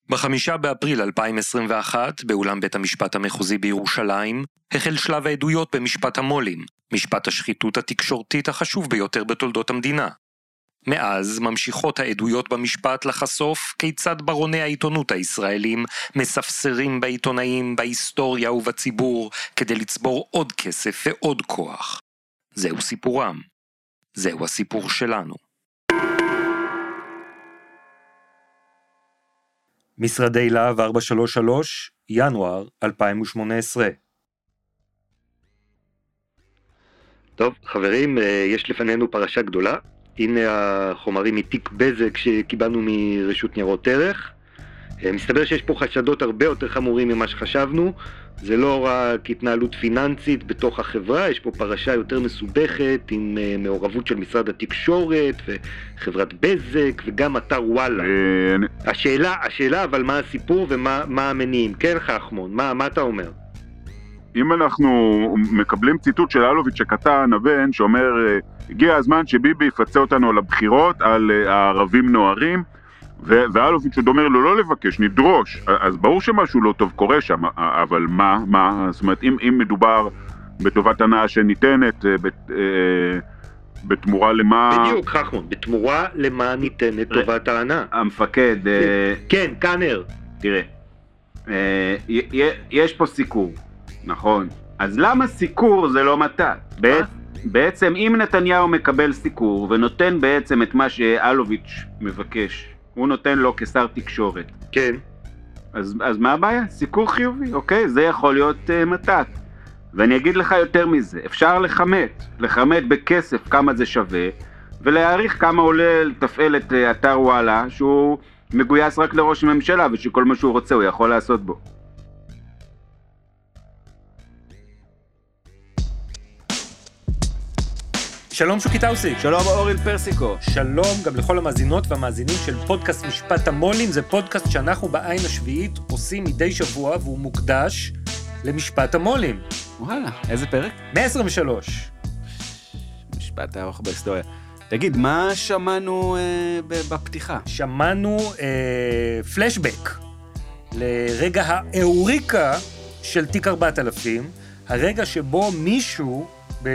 ב5 באפריל 2021, באולם בית המשפט המחוזי בירושלים, החל שלב העדויות במשפט המולים, משפט השחיתות התקשורתית החשוב ביותר בתולדות המדינה. מאז ממשיכות העדויות במשפט לחשוף כיצד ברוני העיתונות הישראלים מספסרים בעיתונאים, בהיסטוריה ובציבור כדי לצבור עוד כסף ועוד כוח. זהו סיפורם. זהו הסיפור שלנו. משרדי להב 433, ינואר 2018. טוב, חברים, יש לפנינו פרשה גדולה. הנה החומרים מתיק בזק שקיבלנו מרשות ניירות ערך. מסתבר שיש פה חשדות הרבה יותר חמורים ממה שחשבנו. זה לא רק התנהלות פיננסית בתוך החברה, יש פה פרשה יותר מסובכת עם מעורבות של משרד התקשורת וחברת בזק וגם אתר וואלה. השאלה אבל מה הסיפור ומה המניעים? כן חכמון, מה אתה אומר? אם אנחנו מקבלים ציטוט של אלוביץ' שקטן הבן שאומר הגיע הזמן שביבי יפצה אותנו על הבחירות, על הערבים נוערים, ואלוביץ' עוד אומר לו לא לבקש, נדרוש. אז ברור שמשהו לא טוב קורה שם, אבל מה? זאת אומרת, אם מדובר בטובת הנאה שניתנת, בתמורה למה... בדיוק, חכמון, בתמורה למה ניתנת טובת ההנאה. המפקד... כן, קאנר. תראה, יש פה סיקור, נכון? אז למה סיקור זה לא מתת? בעצם אם נתניהו מקבל סיקור ונותן בעצם את מה שאלוביץ' מבקש, הוא נותן לו כשר תקשורת. כן. אז מה הבעיה? סיקור חיובי, אוקיי? זה יכול להיות מתת. ואני אגיד לך יותר מזה, אפשר לכמת בכסף כמה זה שווה, ולהעריך כמה עולה לתפעל את אתר וואלה, שהוא מגויס רק לראש הממשלה, ושכל מה שהוא רוצה הוא יכול לעשות בו. שלום שוקי טאוסי. שלום אורן פרסיקו. שלום גם לכל המאזינות והמאזינים של פודקאסט משפט המולים. זה פודקאסט שאנחנו בעין השביעית עושים מדי שבוע, והוא מוקדש למשפט המולים. וואלה, איזה פרק? 123. משפט הארוך בהיסטוריה. תגיד, מה שמענו בפתיחה? שמענו פלשבק לרגע האוריקה של תיק 4000, הרגע שבו מישהו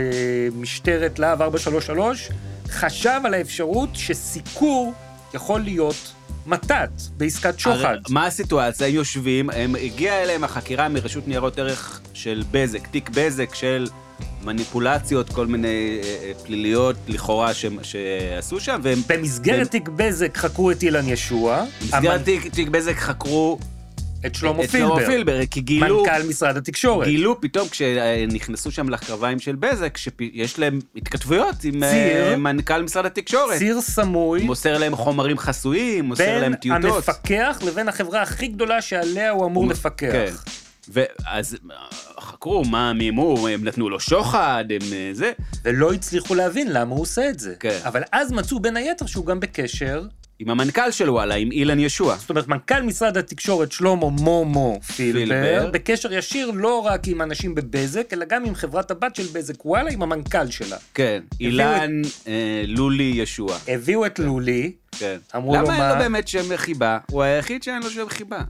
במשטרת להב 433 חשב על האפשרות שסיקור יכול להיות מתת בעסקת שוחד. מה הסיטואציה? הם יושבים, הגיעה אליהם החקירה מרשות ניירות ערך של בזק, תיק בזק של מניפולציות, כל מיני פליליות לכאורה שעשו שם. במסגרת תיק בזק חקרו את אילן ישוע. במסגרת תיק בזק חקרו את שלמה פילבר, כי גילו, מנכ"ל משרד התקשורת. גילו פתאום כשנכנסו שם לקרביים של בזק, שיש להם התכתבויות עם מנכ"ל משרד התקשורת. ציר סמוי. מוסר להם חומרים חסויים, מוסר להם טיוטות. בין המפקח לבין החברה הכי גדולה שעליה הוא אמור לפקח. כן. ואז חקרו מה מימו, הם נתנו לו שוחד, הם זה. ולא הצליחו להבין למה הוא עושה את זה. כן. אבל אז מצאו בין היתר שהוא גם בקשר עם המנכ"ל של וואלה, עם אילן ישוע. זאת אומרת, מנכ"ל משרד התקשורת שלמה מומו פילבר, בקשר ישיר לא רק עם אנשים בבזק, אלא גם עם חברת הבת של בזק וואלה, עם המנכ"ל שלה. כן, אילן לולי ישוע. הביאו את לולי, אמרו לו מה... למה אין לו באמת שם חיבה? הוא היחיד שאין לו שם חיבה.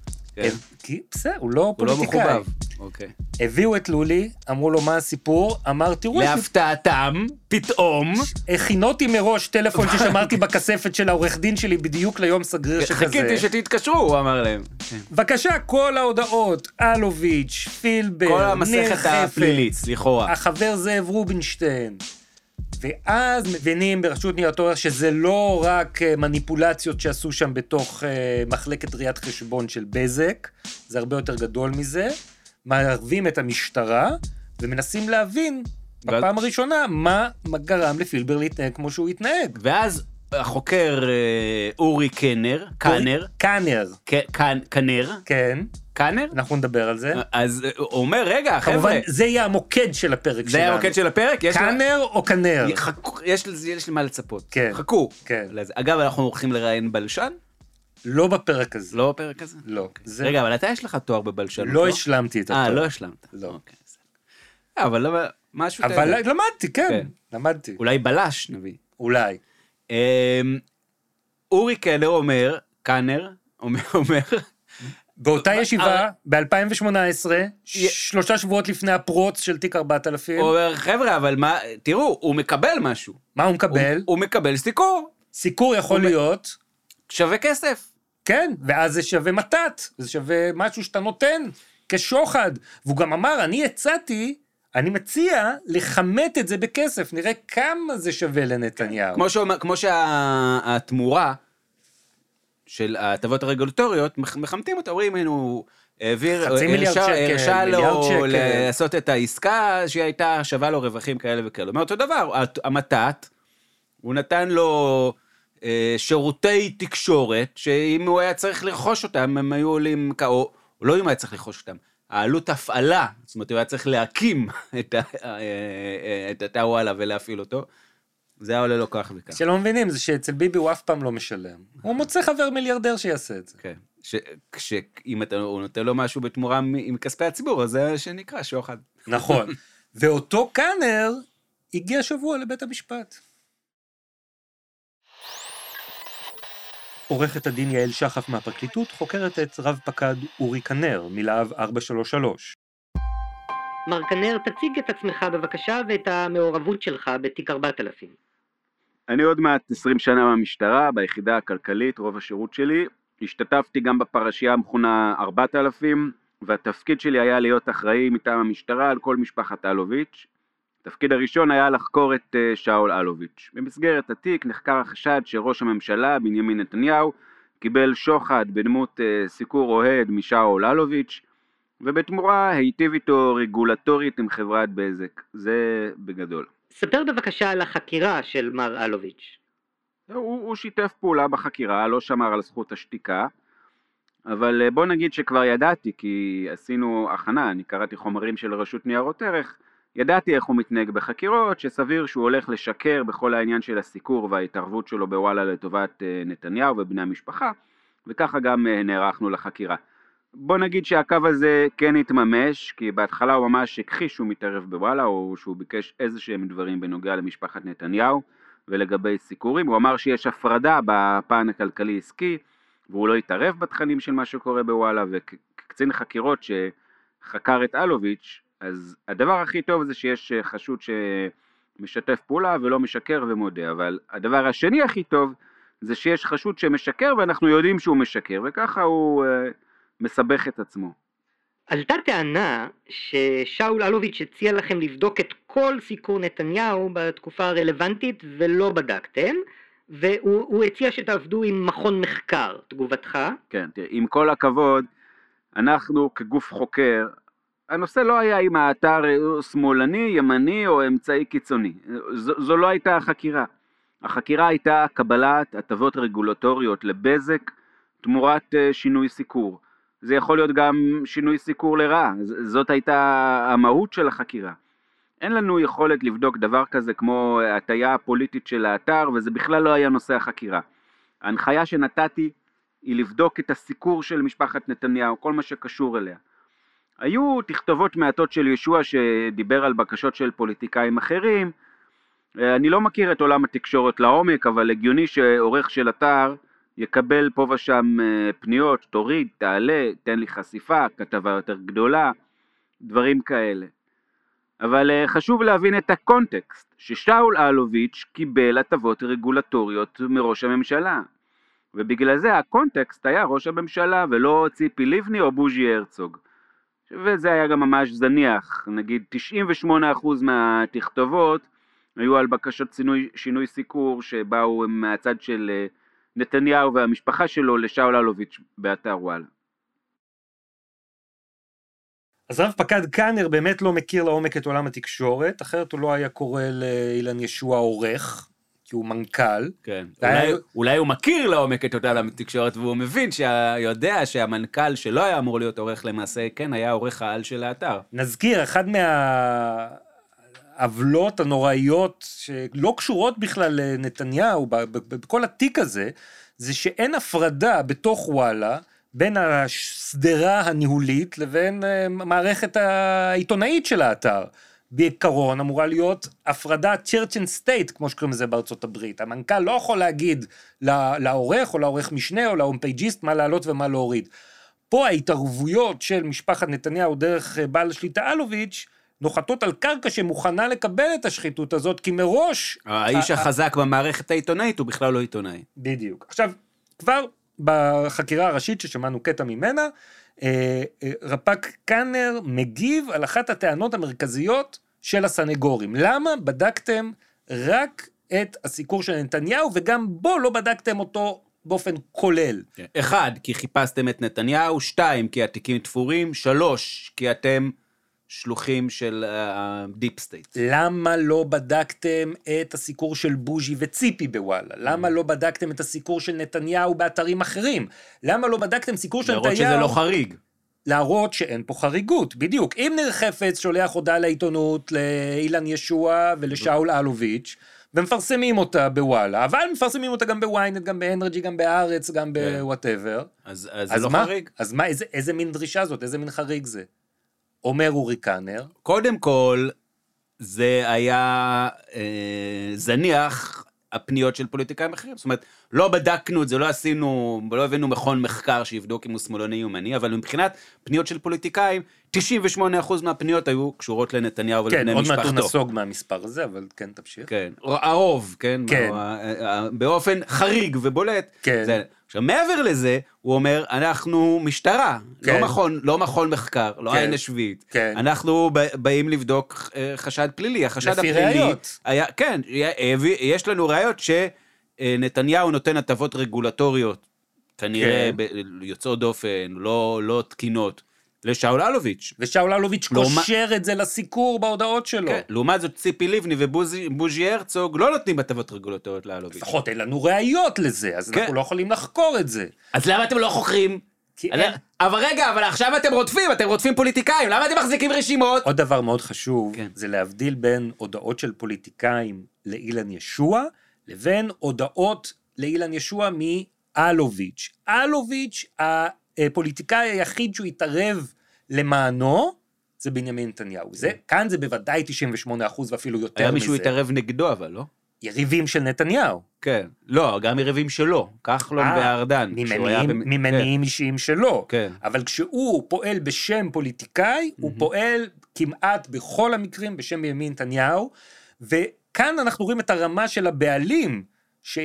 כי בסדר, הוא לא פוליטיקאי. אוקיי. הביאו את לולי, אמרו לו מה הסיפור, אמר תראו... להפתעתם, פתאום... הכינותי מראש טלפון ששמרתי בכספת של העורך דין שלי בדיוק ליום סגריר שכזה. חיכיתי שתתקשרו, הוא אמר להם. בבקשה, כל ההודעות, אלוביץ', פילבר, כל המסכת הפלילית, לכאורה. החבר זאב רובינשטיין. ואז מבינים ברשות ניירות ערך שזה לא רק מניפולציות שעשו שם בתוך מחלקת ראיית חשבון של בזק, זה הרבה יותר גדול מזה, מערבים את המשטרה ומנסים להבין בפעם הראשונה מה גרם לפילבר להתנהג כמו שהוא התנהג. ואז החוקר אורי קאנר, כן. קאנר? אנחנו נדבר על זה. אז הוא אומר, רגע, חבר'ה. כמובן, זה יהיה המוקד של הפרק שלנו. זה יהיה המוקד של הפרק? קאנר או קאנר? יש לי מה לצפות. כן. חכו. כן. אגב, אנחנו הולכים לראיין בלשן? לא בפרק הזה. לא בפרק הזה? לא. רגע, אבל אתה יש לך תואר בבלשנות, לא השלמתי את התואר. לא השלמת. לא. אבל משהו... אבל למדתי, כן. למדתי. אולי בלש, נביא. אולי. אורי קאנר אומר, קאנר, אומר... באותה ישיבה, ב-2018, 3 שבועות לפני הפרוץ של תיק 4000. הוא אומר, חבר'ה, אבל מה, תראו, הוא מקבל משהו. מה הוא מקבל? הוא מקבל סיקור. סיקור יכול להיות... שווה כסף. כן, ואז זה שווה מתת, זה שווה משהו שאתה נותן כשוחד. והוא גם אמר, אני מציע לחמת את זה בכסף, נראה כמה זה שווה לנתניהו. כמו שהתמורה של ההטבות הרגולטוריות, מחמתים אותה, אומרים, הוא הרשה לו לעשות את העסקה שהיא הייתה שווה לו רווחים כאלה וכאלה. מאותו דבר, המתת, הוא נתן לו שירותי תקשורת, שאם הוא היה צריך לרכוש אותם, הם היו עולים, או לא אם הוא היה צריך לרכוש אותם, העלות הפעלה, זאת אומרת, הוא היה צריך להקים את התא וואלה ולהפעיל אותו, זה היה עולה לו כך וכך. שלא מבינים, זה שאצל ביבי הוא אף פעם לא משלם. הוא מוצא חבר מיליארדר שיעשה את זה. כן, שאם הוא נותן לו משהו בתמורה עם כספי הציבור, אז זה שנקרא שוחד. נכון. ואותו קאנר הגיע שבוע לבית המשפט. עורכת הדין יעל שחף מהפרקליטות חוקרת את רב פקד אורי קנר, מלהב 433. מר קנר, תציג את עצמך בבקשה ואת המעורבות שלך בתיק 4000. אני עוד מעט 20 שנה במשטרה, ביחידה הכלכלית, רוב השירות שלי. השתתפתי גם בפרשייה המכונה 4000, והתפקיד שלי היה להיות אחראי מטעם המשטרה על כל משפחת אלוביץ'. התפקיד הראשון היה לחקור את שאול אלוביץ'. במסגרת התיק נחקר החשד שראש הממשלה, בנימין נתניהו, קיבל שוחד בדמות סיקור אוהד משאול אלוביץ', ובתמורה היטיב איתו רגולטורית עם חברת בזק. זה בגדול. ספר בבקשה על החקירה של מר אלוביץ'. הוא שיתף פעולה בחקירה, לא שמר על זכות השתיקה, אבל בוא נגיד שכבר ידעתי, כי עשינו הכנה, אני קראתי חומרים של רשות ניירות ערך, ידעתי איך הוא מתנהג בחקירות, שסביר שהוא הולך לשקר בכל העניין של הסיקור וההתערבות שלו בוואלה לטובת נתניהו ובני המשפחה, וככה גם נערכנו לחקירה. בוא נגיד שהקו הזה כן התממש, כי בהתחלה הוא ממש הכחיש שהוא מתערב בוואלה, או שהוא ביקש איזשהם דברים בנוגע למשפחת נתניהו, ולגבי סיקורים. הוא אמר שיש הפרדה בפן הכלכלי-עסקי, והוא לא התערב בתכנים של מה שקורה בוואלה, וכקצין חקירות שחקר את אלוביץ', אז הדבר הכי טוב זה שיש חשוד שמשתף פעולה ולא משקר ומודה, אבל הדבר השני הכי טוב זה שיש חשוד שמשקר ואנחנו יודעים שהוא משקר, וככה הוא מסבך את עצמו. עלתה טענה ששאול אלוביץ' הציע לכם לבדוק את כל סיקור נתניהו בתקופה הרלוונטית ולא בדקתם, והוא הציע שתעבדו עם מכון מחקר. תגובתך? כן, תראה, עם כל הכבוד, אנחנו כגוף חוקר, הנושא לא היה אם האתר שמאלני, ימני או אמצעי קיצוני. זו לא הייתה החקירה. החקירה הייתה קבלת הטבות רגולטוריות לבזק תמורת שינוי סיקור. זה יכול להיות גם שינוי סיקור לרעה. זאת הייתה המהות של החקירה. אין לנו יכולת לבדוק דבר כזה כמו הטיה הפוליטית של האתר, וזה בכלל לא היה נושא החקירה. ההנחיה שנתתי היא לבדוק את הסיקור של משפחת נתניהו, כל מה שקשור אליה. היו תכתובות מעטות של ישוע שדיבר על בקשות של פוליטיקאים אחרים. אני לא מכיר את עולם התקשורת לעומק, אבל הגיוני שעורך של אתר יקבל פה ושם פניות, תוריד, תעלה, תן לי חשיפה, כתבה יותר גדולה, דברים כאלה. אבל חשוב להבין את הקונטקסט, ששאול אלוביץ' קיבל הטבות רגולטוריות מראש הממשלה. ובגלל זה הקונטקסט היה ראש הממשלה ולא ציפי לבני או בוז'י הרצוג. וזה היה גם ממש זניח, נגיד 98% מהתכתובות היו על בקשות שינוי סיקור שבאו מהצד של נתניהו והמשפחה שלו לשאול אלוביץ' באתר וואלה. אז רב פקד קאנר באמת לא מכיר לעומק את עולם התקשורת, אחרת הוא לא היה קורא לאילן ישוע עורך, כי הוא מנכ"ל. כן, אולי הוא מכיר לעומק את עולם התקשורת, והוא מבין שיודע שהמנכ"ל שלא היה אמור להיות עורך למעשה, כן, היה עורך העל של האתר. נזכיר, אחד מהעוולות הנוראיות שלא קשורות בכלל לנתניהו, בכל התיק הזה, זה שאין הפרדה בתוך וואלה, בין הסדרה הניהולית לבין מערכת העיתונאית של האתר. בעיקרון אמורה להיות הפרדה church and state, כמו שקוראים לזה בארצות הברית. המנכ"ל לא יכול להגיד לעורך או לעורך משנה או להומפייג'יסט מה לעלות ומה להוריד. פה ההתערבויות של משפחת נתניהו דרך בעל השליטה אלוביץ' נוחתות על קרקע שמוכנה לקבל את השחיתות הזאת, כי מראש... האיש החזק במערכת העיתונאית הוא בכלל לא עיתונאי. בדיוק. עכשיו, כבר בחקירה הראשית ששמענו קטע ממנה, רפ"ק קאנר מגיב על אחת הטענות המרכזיות של הסנגורים. למה בדקתם רק את הסיקור של נתניהו, וגם בו לא בדקתם אותו באופן כולל? 1, כי חיפשתם את נתניהו, 2, כי התיקים תפורים, 3, כי אתם שלוחים של דיפ סטייט. למה לא בדקתם את הסיקור של בוז'י וציפי בוואלה? למה לא בדקתם את הסיקור של נתניהו באתרים אחרים? למה לא בדקתם סיקור של נתניהו? להראות שזה לא חריג. להראות שאין פה חריגות, בדיוק. אם ניר חפץ שולח הודעה לעיתונות, לאילן ישוע ולשאול אלוביץ', ומפרסמים אותה בוואלה, אבל מפרסמים אותה גם בוויינט, גם באנרג'י, גם בארץ, גם בוואטאבר. אז זה לא חריג? אז מה, איזה מין דרישה זאת? איזה מין חריג זה? אומר אורי קאנר. קודם כל, זה היה זניח הפניות של פוליטיקאים אחרים. זאת אומרת, לא בדקנו את זה, לא הבאנו מכון מחקר שיבדוק אם הוא שמאלני יומני, אבל מבחינת פניות של פוליטיקאים, 98% מהפניות היו קשורות לנתניהו ולבני משפחתו. כן, עוד מעט הוא נסוג מהמספר הזה, אבל כן, תמשיך. כן, הרוב, כן? באופן חריג ובולט. כן. עכשיו, מעבר לזה, הוא אומר, אנחנו משטרה, לא מכון מחקר, לא עין השביעית. אנחנו באים לבדוק חשד פלילי. לפי ראיות. כן, יש לנו ראיות שנתניהו נותן הטבות רגולטוריות, כנראה יוצאות דופן, לא תקינות, לשאול אלוביץ'. ושאול אלוביץ' קושר את זה לסיקור בהודעות שלו. כן, לעומת זאת ציפי לבני ובוז'י הרצוג לא נותנים הטבות רגולטוריות לאלוביץ'. לפחות אין לנו ראיות לזה, אז אנחנו לא יכולים לחקור את זה. אז למה אתם לא חוקרים? אבל רגע, אבל עכשיו אתם רודפים פוליטיקאים, למה אתם מחזיקים רשימות? עוד דבר מאוד חשוב, זה להבדיל בין הודעות של פוליטיקאים לאילן ישוע, לבין הודעות לאילן ישוע מאלוביץ'. אלוביץ', הפוליטיקאי היחיד שהוא התערב למענו, זה בנימין נתניהו. כאן זה בוודאי 98% ואפילו יותר מזה. היה מישהו התערב נגדו, אבל לא? יריבים של נתניהו. כן. לא, גם יריבים שלו. כחלון וארדן. ממניעים אישיים שלו. כן. אבל כשהוא פועל בשם פוליטיקאי, הוא פועל כמעט בכל המקרים בשם בנימין נתניהו, וכאן אנחנו רואים את הרמה של הבעלים,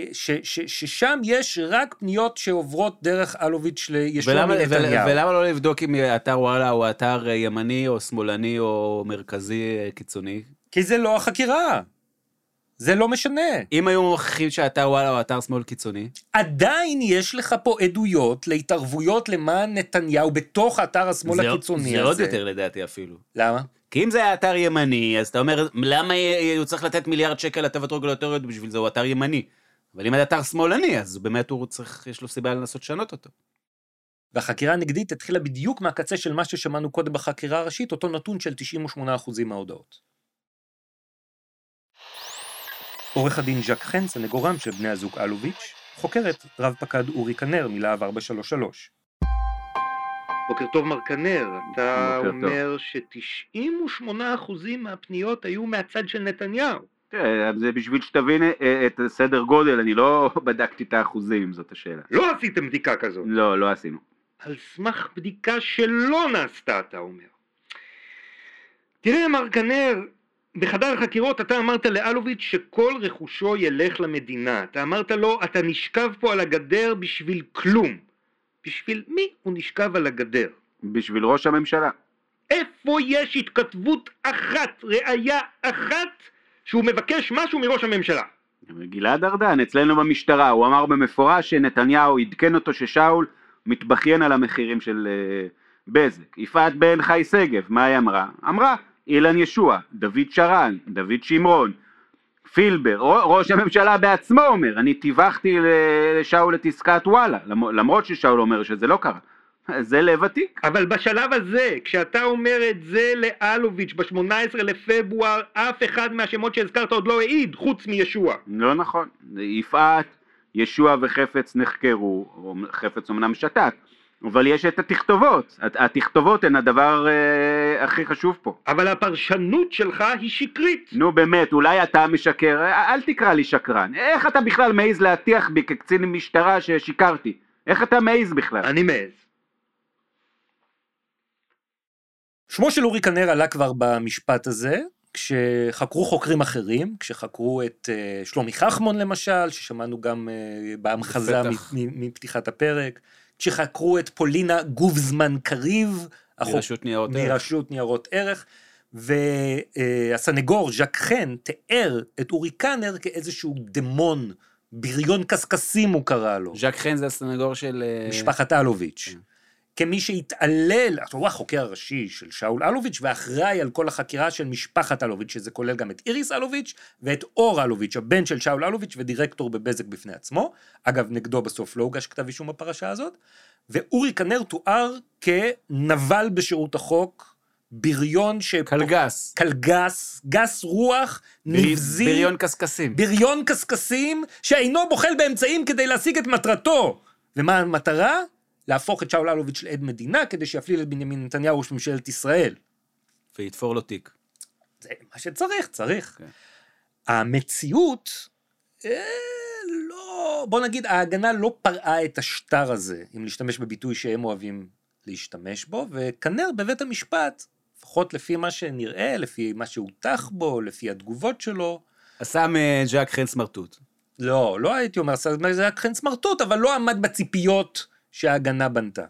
ששם יש רק פניות שעוברות דרך אלוביץ' לישוע מנתניהו. ולמה לא לבדוק אם אתר וואלה הוא אתר ימני או שמאלני או מרכזי קיצוני? כי זה לא החקירה. זה לא משנה. אם היו מוכיחים שאתר וואלה הוא אתר שמאל קיצוני? עדיין יש לך פה עדויות להתערבויות למען נתניהו בתוך אתר השמאל הקיצוני הזה. זה עוד יותר לדעתי אפילו. למה? כי אם זה היה אתר ימני, אז אתה אומר, למה הוא צריך לתת מיליארד שקל הטבות רגולטוריות בשביל זה, הוא אתר ימני. אבל אם זה אתר שמאלני, אז באמת יש לו סיבה לנסות לשנות אותו. והחקירה הנגדית התחילה בדיוק מהקצה של מה ששמענו קודם בחקירה הראשית, אותו נתון של 98% מההודעות. עורך הדין ז'ק חן, סנגורם של בני הזוג אלוביץ', חוקרת רב פקד אורי קאנר מלהב 433. בוקר טוב מר קאנר, אתה אומר ש98% מהפניות היו מהצד של נתניהו. תראה, זה בשביל שתבין את סדר גודל, אני לא בדקתי את האחוזים, זאת השאלה. לא עשיתם בדיקה כזאת? לא עשינו. על סמך בדיקה שלא נעשתה, אתה אומר. תראה מר קאנר, בחדר החקירות אתה אמרת לאלוביץ' שכל רכושו ילך למדינה. אתה אמרת לו, אתה נשכב פה על הגדר בשביל כלום. בשביל מי הוא נשכב על הגדר? בשביל ראש הממשלה. איפה יש התכתבות אחת, ראיה אחת, שהוא מבקש משהו מראש הממשלה? גלעד ארדן, אצלנו במשטרה, הוא אמר במפורש שנתניהו עדכן אותו ששאול מתבכיין על המחירים של בזק. יפעת בן חי סגב, מה היא אמרה? אמרה, אילן ישוע, דוד שרן, דוד שמרון, פילבר, ראש הממשלה בעצמו אומר, אני טיווחתי לשאול את עסקת וואלה, למרות ששאול אומר שזה לא קרה. זה לב עתיק. אבל בשלב הזה, כשאתה אומר את זה לאלוביץ' ב-18 לפברואר, אף אחד מהשמות שהזכרת עוד לא העיד, חוץ מישוע. לא נכון. יפעת, ישוע וחפץ נחקרו, או חפץ אמנם שתק, אבל יש את התכתובות. התכתובות הן הדבר הכי חשוב פה. אבל הפרשנות שלך היא שקרית. נו באמת, אולי אתה משקר, אל תקרא לי שקרן. איך אתה בכלל מעז להטיח בי כקצין משטרה ששיקרתי? איך אתה מעז בכלל? אני מעז. שמו של אורי כנר עלה כבר במשפט הזה, כשחקרו חוקרים אחרים, כשחקרו את שלומי חכמון למשל, ששמענו גם בהמחזה מפתיחת הפרק, כשחקרו את פולינה גובזמן קריב, מרשות ניירות ערך, והסנגור ז'ק חן תיאר את אורי כנר כאיזשהו דמון, בריון קסקסים הוא קרא לו. ז'ק חן זה הסנגור של משפחת אלוביץ'. כמי שהתעלל, הוא החוקר הראשי של שאול אלוביץ' ואחראי על כל החקירה של משפחת אלוביץ', שזה כולל גם את איריס אלוביץ' ואת אור אלוביץ', הבן של שאול אלוביץ' ודירקטור בבזק בפני עצמו. אגב, נגדו בסוף לא הוגש כתב אישום בפרשה הזאת. ואורי כנר תואר כנבל בשירות החוק, בריון קלגס. קלגס, גס רוח, נבזי. בריון קסקסים. בריון קסקסים, שאינו בוחל באמצעים כדי להשיג את מטרתו. ומה המטרה? להפוך את שאול אלוביץ' לעד מדינה, כדי שיפליל את בנימין נתניהו ראש ממשלת ישראל. ויתפור לו תיק. זה מה שצריך, צריך. Okay. המציאות, לא, בוא נגיד, ההגנה לא פרעה את השטר הזה, אם להשתמש בביטוי שהם אוהבים להשתמש בו, וכנר בבית המשפט, לפחות לפי מה שנראה, לפי מה שהותח בו, לפי התגובות שלו. עשה מז'ק חן סמרטוט. לא הייתי אומר, עשה מז'ק חן סמרטוט, אבל לא עמד בציפיות שההגנה בנתה.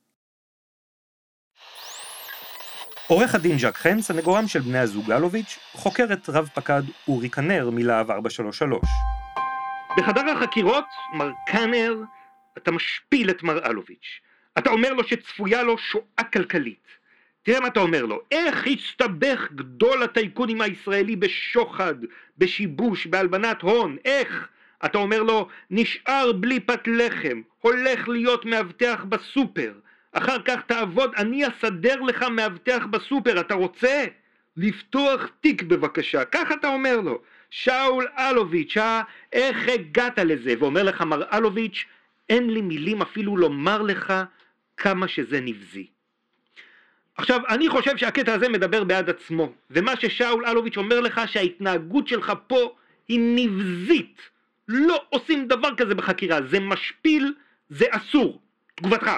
עורך הדין ז'ק חן, סנגורם של בני הזוג אלוביץ', חוקר את רב פקד אורי כנר מלהב 433. בחדר החקירות, מר כנר, אתה משפיל את מר אלוביץ'. אתה אומר לו שצפויה לו שואה כלכלית. תראה מה אתה אומר לו, איך הסתבך גדול הטייקונים הישראלי בשוחד, בשיבוש, בהלבנת הון, איך? אתה אומר לו, נשאר בלי פת לחם, הולך להיות מאבטח בסופר, אחר כך תעבוד, אני אסדר לך מאבטח בסופר, אתה רוצה? לפתוח תיק בבקשה, כך אתה אומר לו. שאול אלוביץ', איך הגעת לזה? ואומר לך מר אלוביץ', אין לי מילים אפילו לומר לך כמה שזה נבזי. עכשיו, אני חושב שהקטע הזה מדבר בעד עצמו, ומה ששאול אלוביץ' אומר לך שההתנהגות שלך פה היא נבזית. לא עושים דבר כזה בחקירה, זה משפיל, זה אסור. תגובתך.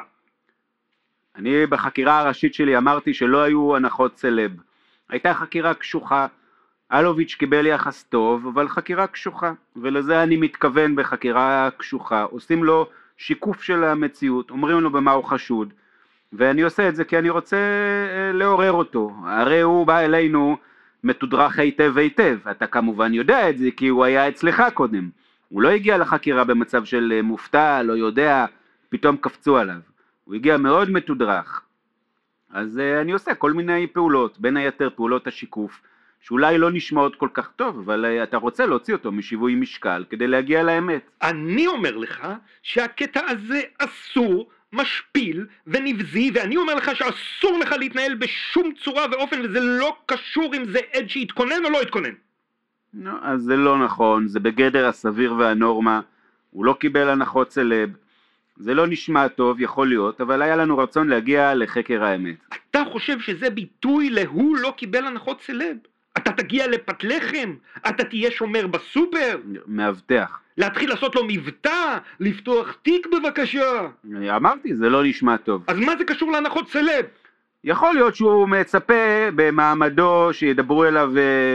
אני בחקירה הראשית שלי אמרתי שלא היו הנחות סלב. הייתה חקירה קשוחה, אלוביץ' קיבל יחס טוב, אבל חקירה קשוחה, ולזה אני מתכוון בחקירה קשוחה. עושים לו שיקוף של המציאות, אומרים לו במה הוא חשוד, ואני עושה את זה כי אני רוצה לעורר אותו. הרי הוא בא אלינו מתודרך היטב היטב, אתה כמובן יודע את זה כי הוא היה אצלך קודם. הוא לא הגיע לחקירה במצב של מופתע, לא יודע, פתאום קפצו עליו. הוא הגיע מאוד מתודרך. אז אני עושה כל מיני פעולות, בין היתר פעולות השיקוף, שאולי לא נשמעות כל כך טוב, אבל אתה רוצה להוציא אותו משיווי משקל כדי להגיע לאמת. אני אומר לך שהקטע הזה אסור, משפיל ונבזי, ואני אומר לך שאסור לך להתנהל בשום צורה ואופן, וזה לא קשור אם זה עד שהתכונן או לא התכונן. לא, אז זה לא נכון, זה בגדר הסביר והנורמה, הוא לא קיבל הנחות סלב, זה לא נשמע טוב, יכול להיות, אבל היה לנו רצון להגיע לחקר האמת. אתה חושב שזה ביטוי להוא לא קיבל הנחות סלב? אתה תגיע לפת לחם? אתה תהיה שומר בסופר? מאבטח. להתחיל לעשות לו מבטא? לפתוח תיק בבקשה? אמרתי, זה לא נשמע טוב. אז מה זה קשור להנחות סלב? יכול להיות שהוא מצפה במעמדו שידברו אליו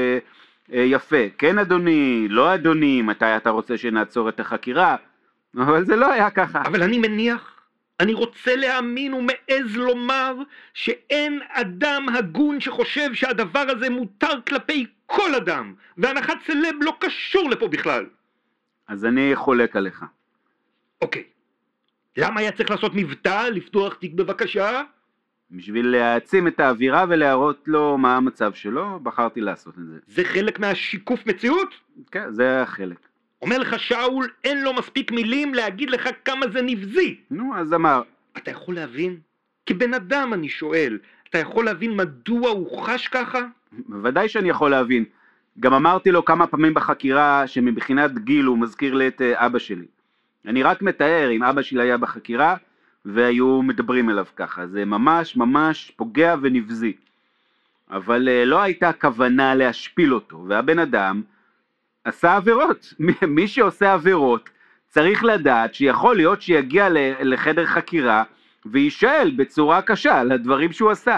יפה. כן אדוני, לא אדוני, מתי אתה רוצה שנעצור את החקירה? אבל זה לא היה ככה. אבל אני מניח, אני רוצה להאמין ומעז לומר שאין אדם הגון שחושב שהדבר הזה מותר כלפי כל אדם, והנחת סלב לא קשור לפה בכלל. אז אני חולק עליך. אוקיי. למה היה צריך לעשות מבטא, לפתוח תיק בבקשה? בשביל להעצים את האווירה ולהראות לו מה המצב שלו, בחרתי לעשות את זה. זה חלק מהשיקוף מציאות? כן, זה החלק. אומר לך שאול, אין לו מספיק מילים להגיד לך כמה זה נבזי. נו, אז אמר. אתה יכול להבין? כבן אדם אני שואל, אתה יכול להבין מדוע הוא חש ככה? בוודאי שאני יכול להבין. גם אמרתי לו כמה פעמים בחקירה שמבחינת גיל הוא מזכיר לי את אבא שלי. אני רק מתאר, אם אבא שלי היה בחקירה, והיו מדברים אליו ככה, זה ממש ממש פוגע ונבזי. אבל לא הייתה כוונה להשפיל אותו, והבן אדם עשה עבירות. מי שעושה עבירות צריך לדעת שיכול להיות שיגיע לחדר חקירה וישאל בצורה קשה על הדברים שהוא עשה.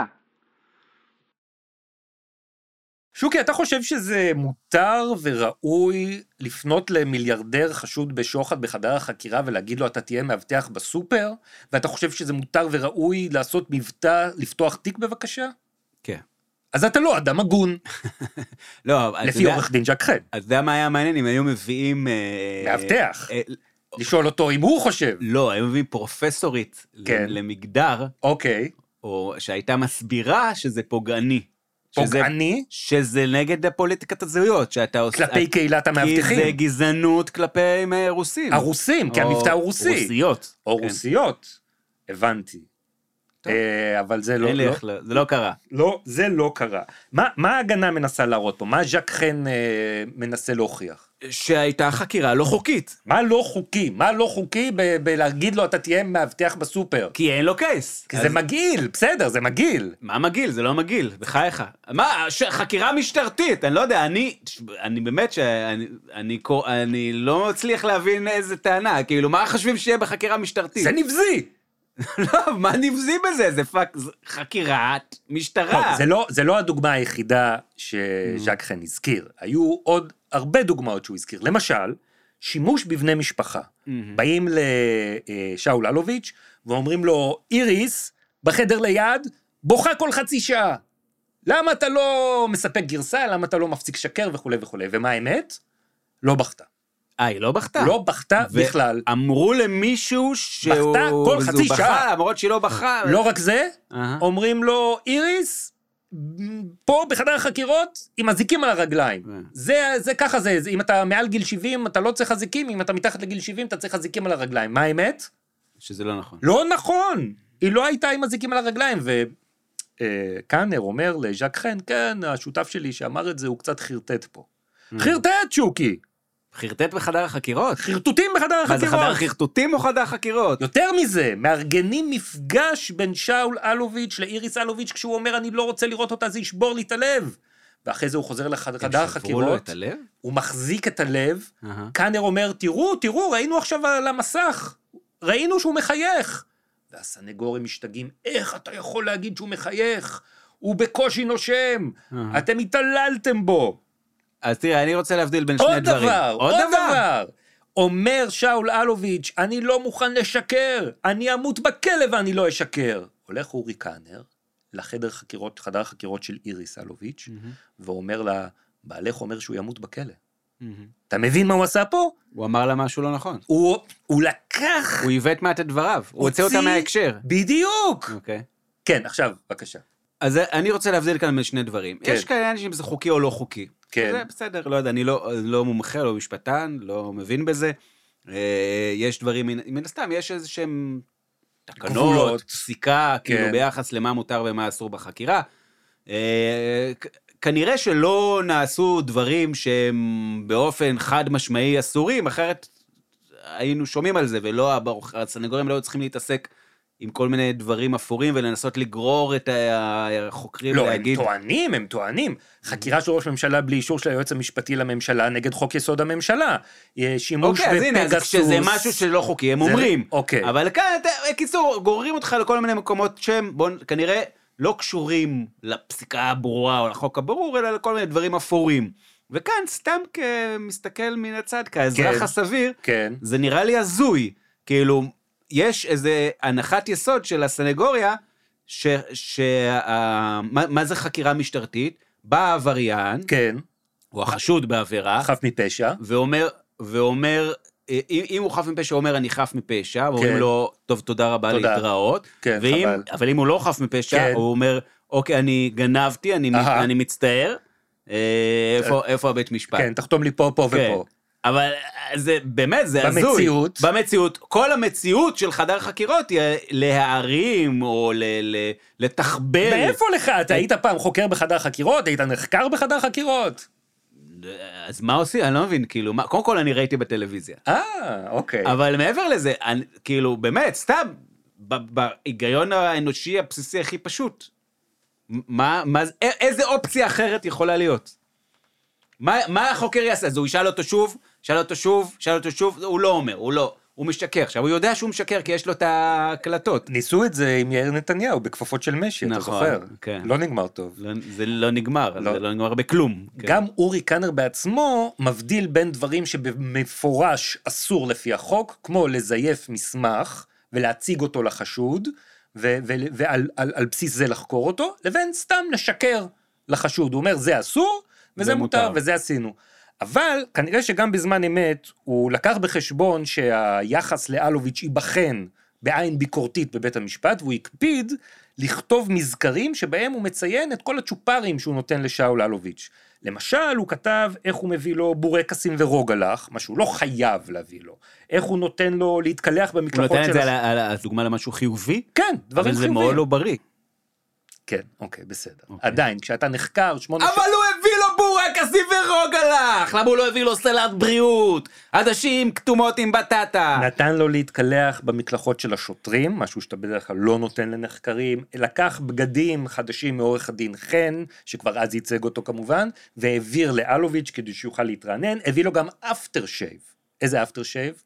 שוקי, אתה חושב שזה מותר וראוי לפנות למיליארדר חשוד בשוחד בחדר החקירה ולהגיד לו אתה תהיה מאבטח בסופר? ואתה חושב שזה מותר וראוי לעשות מבטא, לפתוח תיק בבקשה? כן. אז אתה לא אדם הגון. לא, לפי עורך דין ז'ק חן. אז יודע מה היה מעניין? אם היו מביאים... מאבטח. לשאול אותו אם הוא חושב. לא, היו מביאים פרופסורית למגדר, אוקיי. או שהייתה מסבירה שזה פוגעני. פוגעני? שזה נגד הפוליטיקת הזהויות, שאתה עושה... כלפי קהילת המאבטחים. כי זה גזענות כלפי רוסים. הרוסים, כי המבטא הוא רוסי. רוסיות. או רוסיות. הבנתי. אבל זה לא... זה לא קרה. לא, זה לא קרה. מה ההגנה מנסה להראות פה? מה ז'ק חן מנסה להוכיח? שהייתה חקירה לא חוקית. מה לא חוקי? מה לא חוקי בלהגיד לו אתה תהיה מאבטח בסופר? כי אין לו קייס. כי זה מגעיל, בסדר, זה מגעיל. מה מגעיל? זה לא מגעיל, בחייך. מה, חקירה משטרתית, אני לא יודע, אני באמת שאני לא מצליח להבין איזה טענה, כאילו, מה חושבים שיהיה בחקירה משטרתית? זה נבזי. לא, מה נבזי בזה? זה חקירת משטרה. זה לא הדוגמה היחידה שז'ק חן הזכיר. היו עוד הרבה דוגמאות שהוא הזכיר. למשל, שימוש בבני משפחה. באים לשאול אלוביץ' ואומרים לו, איריס, בחדר ליד, בוכה כל חצי שעה. למה אתה לא מספק גרסה? למה אתה לא מפסיק שקר וכו' וכו'. ומה האמת? לא בכתה. היא לא בכתה? לא בכתה בכלל. אמרו למישהו שהוא... בכתה כל חצי שעה. למרות שהיא לא בכה. לא רק זה, אומרים לו, איריס, פה בחדר החקירות, עם הזיקים על הרגליים. זה ככה זה, אם אתה מעל גיל 70, אתה לא צריך הזיקים, אם אתה מתחת לגיל 70, אתה צריך הזיקים על הרגליים. מה האמת? שזה לא נכון. לא נכון. היא לא הייתה עם הזיקים על הרגליים, וקאנר אומר לז'ק חן, כן, השותף שלי שאמר את זה, הוא קצת חרטט פה. חרטט, שוקי. חרטט בחדר החקירות? חרטוטים בחדר החקירות. מה זה חדר חרטוטים או חדר חקירות? יותר מזה, מארגנים מפגש בין שאול אלוביץ' לאיריס אלוביץ', כשהוא אומר אני לא רוצה לראות אותה, זה ישבור לי את הלב. ואחרי זה הוא חוזר לחדר החקירות. שברו לו את הלב? הוא מחזיק את הלב. קאנר אומר, תראו, ראינו עכשיו על המסך. ראינו שהוא מחייך. והסנגורים משתגעים, איך אתה יכול להגיד שהוא מחייך? הוא בקושי נושם. אתם התעללתם בו. אז תראה, אני רוצה להבדיל בין שני דברים. עוד דבר. אומר שאול אלוביץ', אני לא מוכן לשקר, אני אמות בכלא ואני לא אשקר. הולך אורי קאנר לחדר חקירות של איריס אלוביץ', ואומר לה, בעלך אומר שהוא ימות בכלא. אתה מבין מה הוא עשה פה? הוא אמר לה משהו לא נכון. הוא לקח... הוא עיוות מעט את דבריו, הוא הוצא אותה מההקשר. בדיוק. אוקיי. כן, עכשיו, בבקשה. אז אני רוצה להבדיל כאן בין שני דברים. יש כאלה אנשים שזה חוקי או לא חוקי. כן. זה בסדר, לא יודע, אני לא מומחה, לא משפטן, לא מבין בזה. יש דברים, מן הסתם, יש איזה שהם תקנות, פסיקה, כאילו ביחס למה מותר ומה אסור בחקירה. כנראה שלא נעשו דברים שהם באופן חד משמעי אסורים, אחרת היינו שומעים על זה, ולא, הסנגורים לא צריכים להתעסק עם כל מיני דברים אפורים, ולנסות לגרור את החוקרים להגיד... לא, הם טוענים. חקירה של ראש ממשלה בלי אישור של היועץ המשפטי לממשלה, נגד חוק יסוד הממשלה. שימוש בפגסוס... אוקיי, אז הנה, כשזה משהו שלא חוקי, הם אומרים. אוקיי. אבל כאן, קיצור, גוררים אותך לכל מיני מקומות שהם, כנראה, לא קשורים לפסיקה הברורה, או לחוק הברור, אלא לכל מיני דברים אפורים. וכאן, סתם כמסתכל מן הצד, כאזרח הסביר, זה נראה לי הזוי. כאילו, יש איזה הנחת יסוד של הסנגוריה, מה זה חקירה משטרתית? בא העבריין, כן. הוא החשוד בעבירה, חף מפשע, ואומר, אם הוא חף מפשע, הוא אומר, אני חף מפשע, ואומרים לו, טוב, תודה רבה להתראות, אבל אם הוא לא חף מפשע, הוא אומר, אוקיי, אני גנבתי, אני מצטער, איפה הבית משפט? כן, תחתום לי פה ופה. אבל זה באמת, זה הזוי. במציאות, כל המציאות של חדר חקירות היא להערים או לתחבל. מאיפה לך? אתה היית פעם חוקר בחדר חקירות? היית נחקר בחדר חקירות? אז מה עושים? אני לא מבין, כאילו, קודם כל אני ראיתי בטלוויזיה. אוקיי. אבל מעבר לזה, כאילו, באמת, סתם, בהיגיון האנושי הבסיסי הכי פשוט. איזה אופציה אחרת יכולה להיות? מה החוקר יעשה? אז הוא ישאל אותו שוב, הוא לא אומר, הוא משקר. עכשיו, הוא יודע שהוא משקר כי יש לו את ההקלטות. ניסו את זה עם יאיר נתניהו בכפפות של משי, אתה זוכר? כן. לא נגמר טוב. זה לא נגמר, זה לא נגמר בכלום. גם אורי קאנר בעצמו מבדיל בין דברים שבמפורש אסור לפי החוק, כמו לזייף מסמך ולהציג אותו לחשוד, ועל בסיס זה לחקור אותו, לבין סתם לשקר לחשוד. הוא אומר, זה אסור, וזה מותר, וזה עשינו. אבל כנראה שגם בזמן אמת הוא לקח בחשבון שהיחס לאלוביץ' ייבחן בעין ביקורתית בבית המשפט, והוא הקפיד לכתוב מזכרים שבהם הוא מציין את כל הצ'ופרים שהוא נותן לשאול אלוביץ'. למשל, הוא כתב איך הוא מביא לו בורקסים ורוגלח, מה שהוא לא חייב להביא לו. איך הוא נותן לו להתקלח במקלחות הוא נותן את זה על דוגמה למשהו חיובי? כן, דברים חיוביים. אבל זה מאוד לא בריא. כן, אוקיי, בסדר. עדיין, כשאתה נחקר 8 אבל הוא הביא לו בורקסים ורוגלח! למה הוא לא הביא לו סלט בריאות? עדשים כתומות עם בטטה. נתן לו להתקלח במקלחות של השוטרים, משהו שאתה בדרך כלל לא נותן לנחקרים, לקח בגדים חדשים מעורך הדין חן, שכבר אז ייצג אותו כמובן, והעביר לאלוביץ' כדי שיוכל להתרענן, הביא לו גם אפטר שייב. איזה אפטר שייב?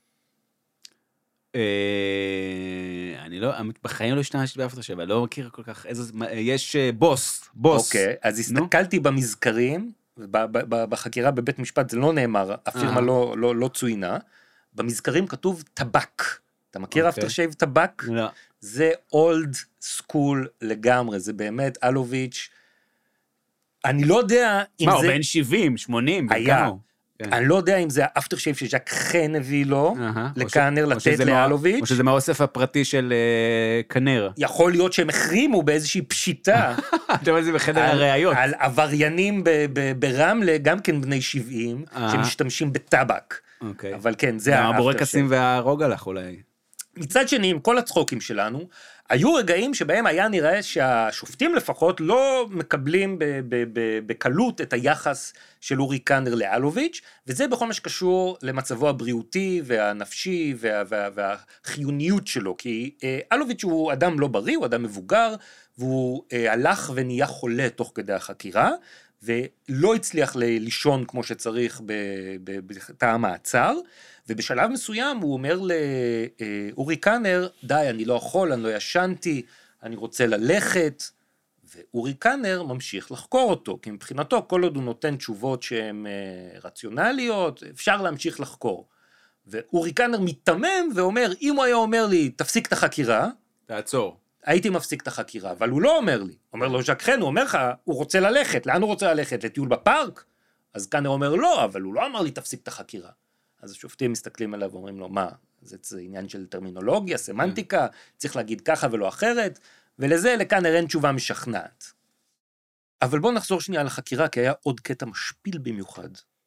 אני לא, בחיים לא השתמשתי באפטר שייב, אני לא מכיר כל כך, יש בוס. אוקיי, אז הסתכלתי במזכרים, בחקירה בבית משפט זה לא נאמר, הפירמה לא צוינה, במזכרים כתוב טבק. אתה מכיר אפטר שייב טבק? לא. זה אולד סקול לגמרי, זה באמת אלוביץ'. אני לא יודע אם מה, זה... הוא בן 70, 80, היה. אני לא יודע אם זה האפטר שייב שז'ק חן הביא לו, לקאנר לתת לאלוביץ'. או שזה מהאוסף הפרטי של קאנר. יכול להיות שהם החרימו באיזושהי פשיטה. אתה יודע, זה בחדר הראיות. על עבריינים ברמלה, גם כן בני 70, שמשתמשים בטבק. אבל כן, זה האפטר שייב. הבורקסים והרוגלח אולי. מצד שני, עם כל הצחוקים שלנו, היו רגעים שבהם היה נראה שהשופטים לפחות לא מקבלים בקלות את היחס של אורי קאנר לאלוביץ', וזה בכל מה שקשור למצבו הבריאותי והנפשי והחיוניות שלו, כי אלוביץ' הוא אדם לא בריא, הוא אדם מבוגר, והוא הלך ונהיה חולה תוך כדי החקירה, ולא הצליח לישון כמו שצריך בתא המעצר, ובשלב מסוים הוא אומר לאורי קאנר, די, אני לא יכול, אני לא ישנתי, אני רוצה ללכת, ואורי קאנר ממשיך לחקור אותו, כי מבחינתו כל עוד הוא נותן תשובות שהן רציונליות, אפשר להמשיך לחקור. ואורי קאנר מתמם ואומר, אם הוא היה אומר לי, תפסיק את החקירה, תעצור. הייתי מפסיק את החקירה, אבל הוא לא אומר לי. אומר לו, ז'ק חן, הוא אומר לך, הוא רוצה ללכת, לאן הוא רוצה ללכת? לטיול בפארק? אז קאנר אומר, לא, אבל הוא לא אמר לי, תפסיק את החקירה. אז השופטים מסתכלים עליו ואומרים לו, מה? זה עניין של טרמינולוגיה, סמנטיקה, צריך להגיד ככה ולא אחרת, ולזה לקאנר אין תשובה משכנעת. אבל בואו נחזור שנייה לחקירה, כי היה עוד קטע משפיל במיוחד.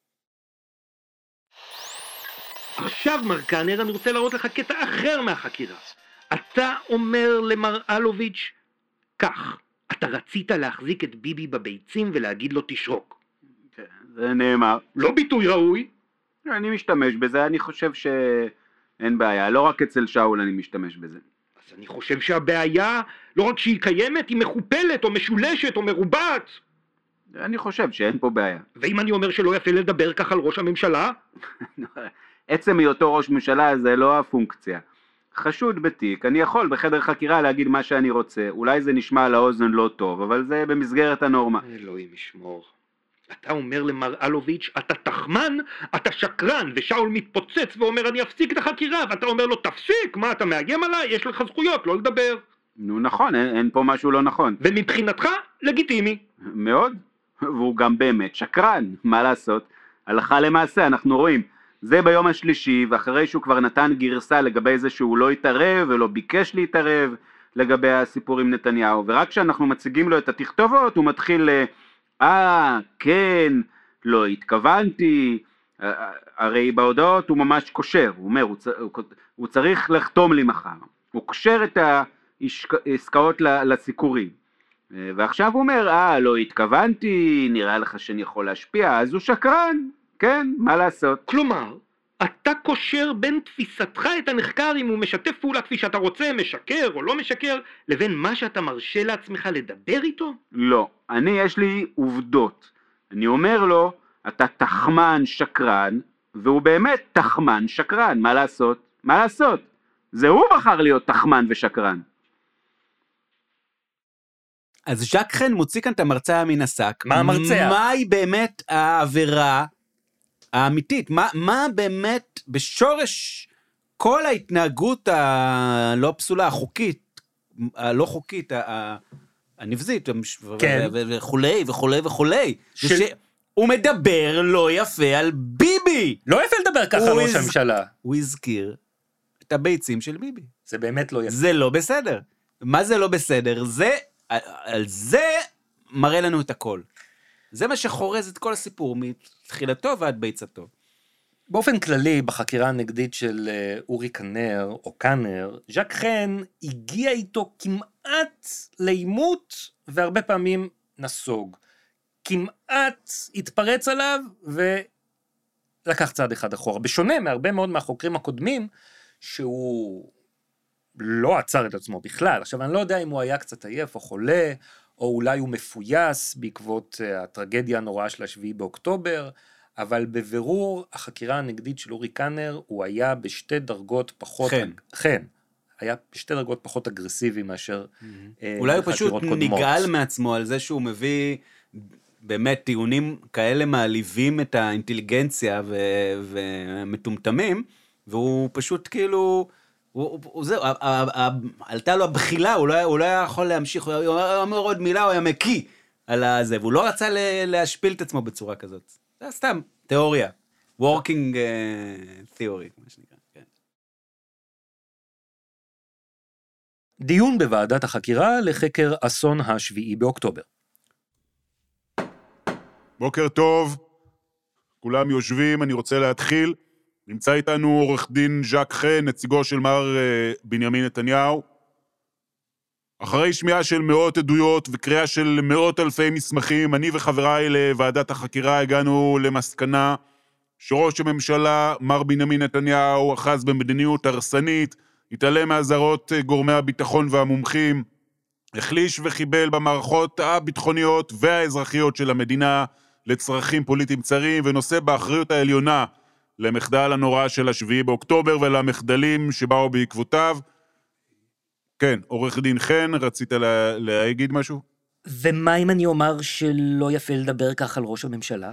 עכשיו, מר קאנר, אני רוצה להראות לך קטע אחר מהחקירה. אתה אומר למר אלוביץ' כך, אתה רצית להחזיק את ביבי בביצים ולהגיד לו תשרוק. כן, זה נאמר. לא ביטוי ראוי. אני משתמש בזה, אני חושב שאין בעיה, לא רק אצל שאול אני משתמש בזה. אז אני חושב שהבעיה, לא רק שהיא קיימת, היא מחופלת או משולשת או מרובעת. אני חושב שאין פה בעיה. ואם אני אומר שלא יפה לדבר כך על ראש הממשלה? עצם היותו ראש ממשלה זה לא הפונקציה. חשוד בתיק, אני יכול בחדר חקירה להגיד מה שאני רוצה, אולי זה נשמע על האוזן לא טוב, אבל זה במסגרת הנורמה. אלוהים ישמור. אתה אומר למר אלוביץ', אתה תחמן, אתה שקרן, ושאול מתפוצץ ואומר אני אפסיק את החקירה, ואתה אומר לו תפסיק, מה אתה מאיים עליי, יש לך זכויות, לא לדבר. נו נכון, אין פה משהו לא נכון. ומבחינתך, לגיטימי. מאוד, והוא גם באמת שקרן, מה לעשות? הלכה למעשה, אנחנו רואים, זה ביום השלישי, ואחרי שהוא כבר נתן גרסה לגבי זה שהוא לא התערב ולא ביקש להתערב לגבי הסיפור עם נתניהו, ורק כשאנחנו מציגים לו את התכתובות, הוא מתחיל כן, לא התכוונתי, הרי בהודעות הוא ממש קושר, הוא אומר, הוא צריך לחתום לי מחר, הוא קושר את העסקאות לסיקורים, ועכשיו הוא אומר, לא התכוונתי, נראה לך שאני יכול להשפיע, אז הוא שקרן, כן, מה לעשות? כלומר, אתה קושר בין תפיסתך את הנחקר אם הוא משתף פעולה כפי שאתה רוצה, משקר או לא משקר, לבין מה שאתה מרשה לעצמך לדבר איתו? לא, יש לי עובדות. אני אומר לו, אתה תחמן שקרן, והוא באמת תחמן שקרן, מה לעשות? מה לעשות? זה הוא בחר להיות תחמן ושקרן. אז ז'ק חן מוציא כאן את המרצע מן השק. מה המרצע? מהי באמת העבירה האמיתית? מה באמת בשורש כל ההתנהגות הלא פסולה, החוקית, הלא חוקית, הנבזית, כן. וכולי וכולי וכולי. הוא מדבר לא יפה על ביבי. לא יפה לדבר ככה על ראש הממשלה. הוא הזכיר את הביצים של ביבי. זה באמת לא יפה. זה לא בסדר. מה זה לא בסדר? על זה מראה לנו את הכל. זה מה שחורז את כל הסיפור, מתחילתו ועד ביצתו. באופן כללי, בחקירה הנגדית של אורי קנר, או קנר, ז'ק חן הגיע איתו כמעט לעימות, והרבה פעמים נסוג. כמעט התפרץ עליו, ולקח צעד אחד אחורה. בשונה מהרבה מאוד מהחוקרים הקודמים, שהוא לא עצר את עצמו בכלל. עכשיו, אני לא יודע אם הוא היה קצת עייף או חולה, או אולי הוא מפויס בעקבות הטרגדיה הנוראה של 7 באוקטובר, אבל בבירור החקירה הנגדית של אורי קנר, הוא היה בשתי דרגות פחות... חן. היה בשתי דרגות פחות אגרסיבי מאשר אולי הוא פשוט נגעל מעצמו על זה שהוא מביא באמת טיעונים כאלה מעליבים את האינטליגנציה ומטומטמים, והוא פשוט כאילו... זהו, עלתה לו הבחילה, הוא לא היה יכול להמשיך, הוא אומר עוד מילה, הוא היה מקיא על הזה, והוא לא רצה להשפיל את עצמו בצורה כזאת. זה סתם תיאוריה, working theory, מה שנקרא. כן. דיון בוועדת החקירה לחקר אסון 7 באוקטובר. בוקר טוב, כולם יושבים, אני רוצה להתחיל. נמצא איתנו עורך דין ז'ק חן, נציגו של מר בנימין נתניהו. אחרי שמיעה של מאות עדויות וקריאה של מאות אלפי מסמכים, אני וחבריי לוועדת החקירה הגענו למסקנה שראש הממשלה, מר בנימין נתניהו, אחז במדיניות הרסנית, התעלם מהזרות גורמי הביטחון והמומחים, החליש וחיבל במערכות הביטחוניות והאזרחיות של המדינה לצרכים פוליטיים צרים, ונושא באחריות העליונה למחדל הנורא של 7 באוקטובר ולמחדלים שבאו בעקבותיו. כן, עורך דין חן, רצית להגיד משהו? ומה אם אני אומר שלא יפה לדבר כך על ראש הממשלה?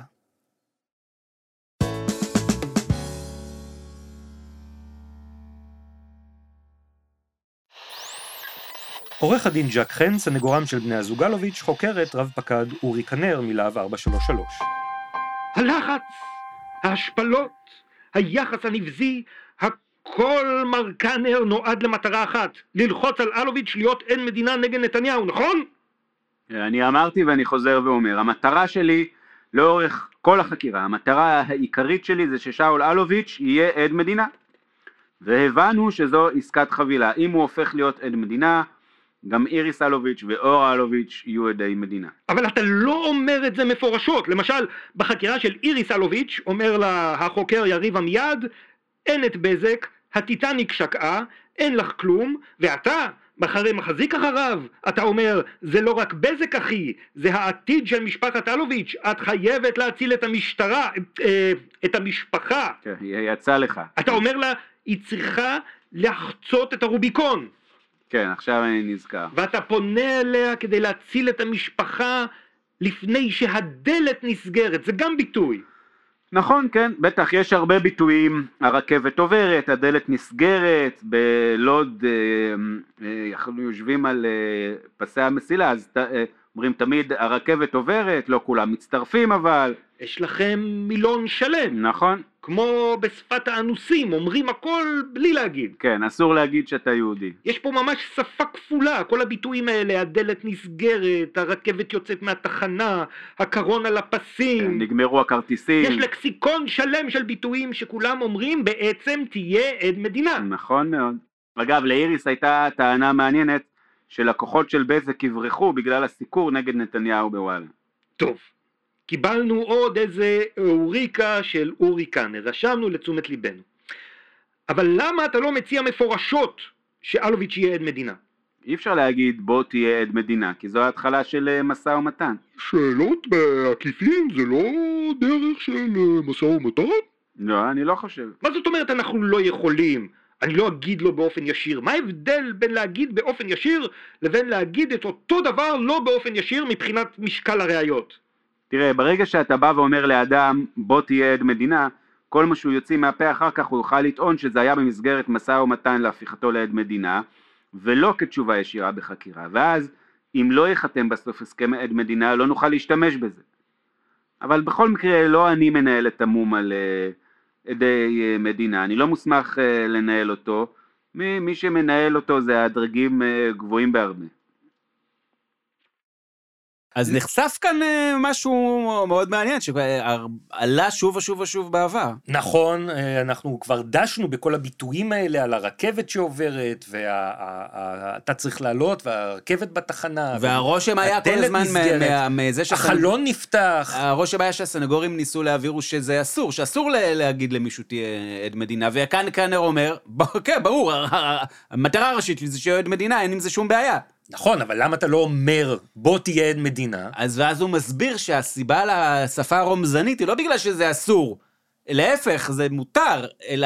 עורך הדין ז'ק חן, סנגורם של בני הזוג אלוביץ', חוקר את רב פקד אורי קנר מלהב 433. הלחץ, ההשפלות, היחס הנבזי, הכל מר קנר נועד למטרה אחת, ללחוץ על אלוביץ' להיות אין מדינה נגד נתניהו, נכון? אני אמרתי ואני חוזר ואומר, המטרה שלי לאורך כל החקירה, המטרה העיקרית שלי זה ששאול אלוביץ' יהיה עד מדינה. והבנו שזו עסקת חבילה, אם הוא הופך להיות עד מדינה, גם איריס אלוביץ' ואור אלוביץ' יהיו עדי מדינה. אבל אתה לא אומר את זה מפורשות. למשל, בחקירה של איריס אלוביץ' אומר לה החוקר יריב עמיעד, אין את בזק, הטיטניק שקעה, אין לך כלום, ואתה, אחרי מחזיק אחריו, אתה אומר, זה לא רק בזק אחי, זה העתיד של משפחת אלוביץ', את חייבת להציל את המשטרה, את המשפחה. כן, יצא לך. אתה אומר לה, היא צריכה לחצות את הרוביקון. כן, עכשיו אני נזכר. ואתה פונה אליה כדי להציל את המשפחה לפני שהדלת נסגרת, זה גם ביטוי. נכון, כן, בטח יש הרבה ביטויים, הרכבת עוברת, הדלת נסגרת, בלוד אנחנו יושבים על פסי המסילה, אז אומרים תמיד הרכבת עוברת, לא כולם מצטרפים אבל. יש לכם מילון שלם. נכון. כמו בשפת האנוסים, אומרים הכל בלי להגיד. כן, אסור להגיד שאתה יהודי. יש פה ממש שפה כפולה, כל הביטויים האלה, הדלת נסגרת, הרכבת יוצאת מהתחנה, הקרון על הפסים. כן, נגמרו הכרטיסים. יש לקסיקון שלם של ביטויים שכולם אומרים בעצם תהיה עד מדינה. נכון מאוד. אגב, לאיריס הייתה טענה מעניינת שלקוחות של בזק יברחו בגלל הסיקור נגד נתניהו בוואלה. טוב. קיבלנו עוד איזה אוריקה של אורי קאנר, רשמנו לתשומת ליבנו. אבל למה אתה לא מציע מפורשות שאלוביץ' יהיה עד מדינה? אי אפשר להגיד בוא תהיה עד מדינה, כי זו ההתחלה של משא ומתן. שאלות בעקיפין זה לא דרך של משא ומתן? לא, אני לא חושב. מה זאת אומרת אנחנו לא יכולים? אני לא אגיד לו באופן ישיר. מה ההבדל בין להגיד באופן ישיר לבין להגיד את אותו דבר לא באופן ישיר מבחינת משקל הראיות? תראה, ברגע שאתה בא ואומר לאדם בוא תהיה עד מדינה, כל מה שהוא יוציא מהפה אחר כך הוא יוכל לטעון שזה היה במסגרת משא ומתן להפיכתו לעד מדינה, ולא כתשובה ישירה בחקירה, ואז אם לא יחתם בסוף הסכם עד מדינה לא נוכל להשתמש בזה. אבל בכל מקרה לא אני מנהל את המום על עדי מדינה, אני לא מוסמך לנהל אותו, מי שמנהל אותו זה הדרגים גבוהים בהרבה. אז נחשף כאן משהו מאוד מעניין, שעלה שוב ושוב ושוב בעבר. נכון, אנחנו כבר דשנו בכל הביטויים האלה על הרכבת שעוברת, ואתה צריך לעלות, והרכבת בתחנה. והרושם היה כל הזמן מזה החלון נפתח. הרושם היה שהסנגורים ניסו להעבירו שזה אסור, שאסור להגיד למישהו תהיה עד מדינה, וכאן קאנר אומר, כן, ברור, המטרה הראשית זה שיהיה עד מדינה, אין עם זה שום בעיה. נכון, אבל למה אתה לא אומר, בוא תהיה עד מדינה? ואז הוא מסביר שהסיבה לשפה הרומזנית היא לא בגלל שזה אסור, להפך, זה מותר, אלא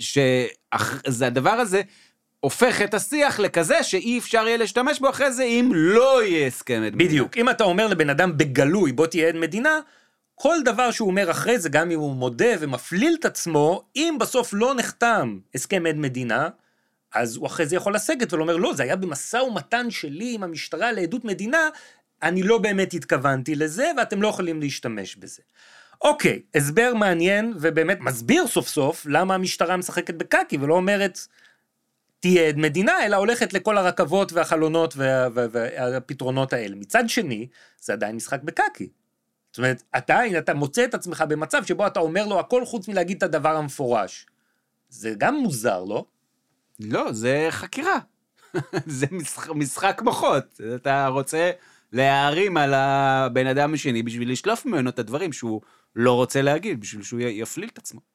שהדבר הזה הופך את השיח לכזה שאי אפשר יהיה להשתמש בו אחרי זה אם לא יהיה הסכם עד מדינה. בדיוק, אם אתה אומר לבן אדם בגלוי, בוא תהיה עד מדינה, כל דבר שהוא אומר אחרי זה, גם אם הוא מודה ומפליל את עצמו, אם בסוף לא נחתם הסכם עד מדינה, אז הוא אחרי זה יכול לסגת ולומר, לא, זה היה במשא ומתן שלי עם המשטרה לעדות מדינה, אני לא באמת התכוונתי לזה, ואתם לא יכולים להשתמש בזה. אוקיי, הסבר מעניין, ובאמת מסביר סוף סוף, למה המשטרה משחקת בקקי, ולא אומרת, תהיה עד מדינה, אלא הולכת לכל הרכבות והחלונות והפתרונות האלה. מצד שני, זה עדיין משחק בקקי. זאת אומרת, אתה מוצא את עצמך במצב שבו אתה אומר לו, הכל חוץ מלהגיד את הדבר המפורש. זה גם מוזר, לא? לא, זה חקירה. זה משחק מוחות. אתה רוצה להערים על הבן אדם השני בשביל לשלוף ממנו את הדברים שהוא לא רוצה להגיד, בשביל שהוא יפליל את עצמו.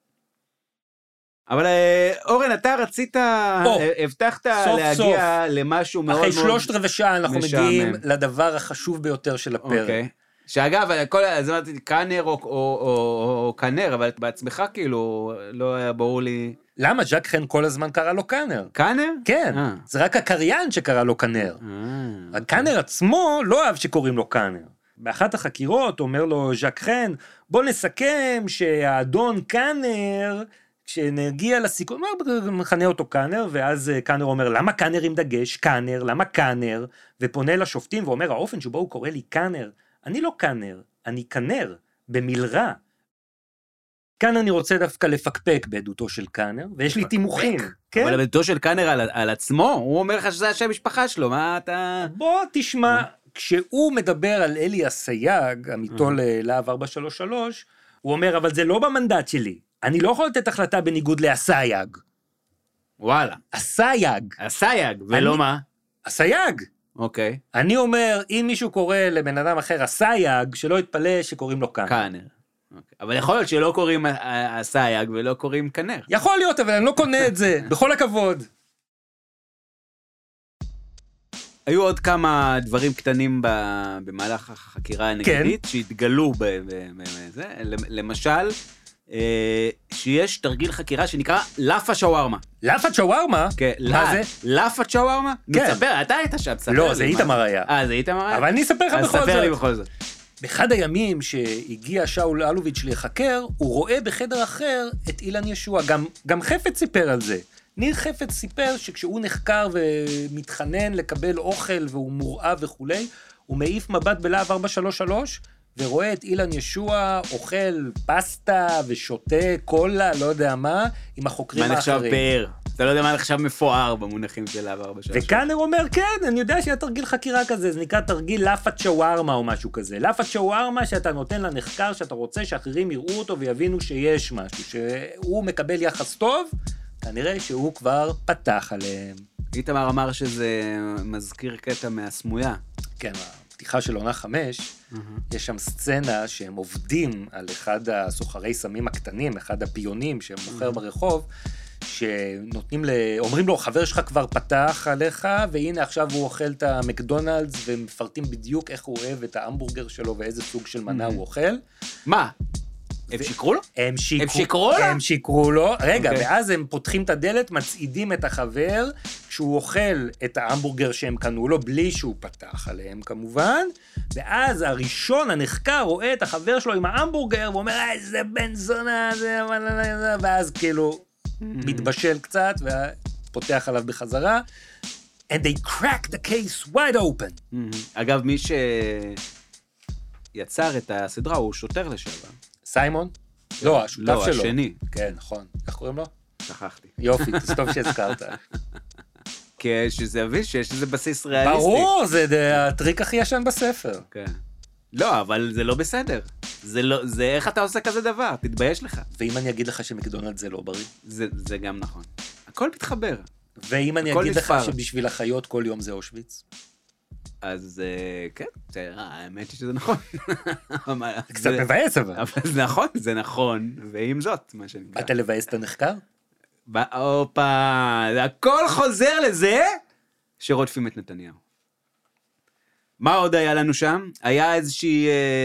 אבל אורן, אתה רצית, הבטחת להגיע למשהו מאוד מאוד משעמם. אחרי 3/4 שעה אנחנו מגיעים לדבר החשוב ביותר של הפרק. אוקיי. שאגב, אז אמרתי, קאנר או קאנר, אבל בעצמך כאילו לא היה ברור לי... למה? ז'אק חן כל הזמן קרא לו קאנר. קאנר? כן, זה רק הקריין שקרא לו קאנר. הקאנר עצמו לא אהב שקוראים לו קאנר. באחת החקירות אומר לו ז'אק חן, בוא נסכם שהאדון קאנר, כשנגיע לסיכון, מכנה אותו קאנר, ואז קאנר אומר, למה קאנר עם דגש? קאנר, למה קאנר? ופונה לשופטים ואומר, האופן שבו הוא קורא לי קאנר, אני לא קאנר, אני קאנר, במלרע. כאן אני רוצה דווקא לפקפק בעדותו של קאנר, ויש לי תימוכים. כן? אבל בעדותו של קאנר על עצמו, הוא אומר לך שזה השם משפחה שלו, מה אתה... בוא תשמע, כשהוא מדבר על אלי הסייג, עמיתו ללהב 433, הוא אומר, אבל זה לא במנדט שלי, אני לא יכול לתת החלטה בניגוד להסייג. וואלה. הסייג, ולא מה? הסייג. אוקיי. אני אומר, אם מישהו קורא לבן אדם אחר הסייג, שלא יתפלא שקוראים לו קאנר. קאנר. אבל יכול להיות שלא קוראים הסייג ולא קוראים קאנר. יכול להיות, אבל אני לא קונה את זה, בכל הכבוד. היו עוד כמה דברים קטנים במהלך החקירה הנגדית, שהתגלו בזה, למשל, שיש תרגיל חקירה שנקרא לאפה שווארמה. לאפה שווארמה? כן. מה זה? לאפה שווארמה? כן. נספר, אתה היית שם, ספר לי. לא, זה איתמר היה. זה איתמר היה? אבל אני אספר לך בכל זאת. אז ספר לי בכל זאת. באחד הימים שהגיע שאול אלוביץ' להיחקר, הוא רואה בחדר אחר את אילן ישוע. גם חפץ סיפר על זה. ניר חפץ סיפר שכשהוא נחקר ומתחנן לקבל אוכל והוא מוראה וכולי, הוא מעיף מבט בלהב 433, ורואה את אילן ישוע אוכל פסטה ושותה קולה, לא יודע מה, עם החוקרים האחרים. מה נחשב פאר? אתה לא יודע מה נחשב מפואר במונחים של להב 433. וקאנר אומר, כן, אני יודע שהיה תרגיל חקירה כזה, זה נקרא תרגיל לאפת שווארמה או משהו כזה. לאפת שווארמה שאתה נותן לנחקר, שאתה רוצה שאחרים יראו אותו ויבינו שיש משהו, שהוא מקבל יחס טוב, כנראה שהוא כבר פתח עליהם. איתמר אמר שזה מזכיר קטע מהסמויה. כן, בפתיחה של עונה 5, יש שם סצנה שהם עובדים על אחד הסוחרי סמים הקטנים, אחד הפיונים שהם מוכר ברחוב, שנותנים אומרים לו, חבר שלך כבר פתח עליך, והנה עכשיו הוא אוכל את המקדונלדס, ומפרטים בדיוק איך הוא אוהב את ההמבורגר שלו, ואיזה סוג של מנה הוא אוכל. מה? הם שיקרו לו? הם שיקרו לו, רגע, ואז הם פותחים את הדלת, מצעידים את החבר, כשהוא אוכל את ההמבורגר שהם קנו לו, בלי שהוא פתח עליהם כמובן, ואז הראשון הנחקר רואה את החבר שלו עם ההמבורגר, ואומר, איזה בן זונה, ואז כאילו מתבשל קצת, ופותח עליו בחזרה, and they crack the case wide open. אגב, מי שיצר את הסדרה הוא שוטר לשעבר. סיימון? לא, השותף שלו. לא, השני. כן, נכון. איך קוראים לו? שכחתי. יופי, טוב שהזכרת. כי שזה יביא שיש איזה בסיס ריאליסטי. ברור, זה הטריק הכי ישן בספר. כן. לא, אבל זה לא בסדר. זה איך אתה עושה כזה דבר? תתבייש לך. ואם אני אגיד לך שמקדונלד זה לא בריא? זה גם נכון. הכל מתחבר. ואם אני אגיד לך שבשביל החיות כל יום זה אושוויץ? אז כן, האמת היא שזה נכון. קצת מבאס אבל. אבל זה נכון, ועם זאת, מה שנקרא. אתה לבאס את הנחקר? הופה, הכל חוזר לזה שרודפים את נתניהו. מה עוד היה לנו שם? היה איזושהי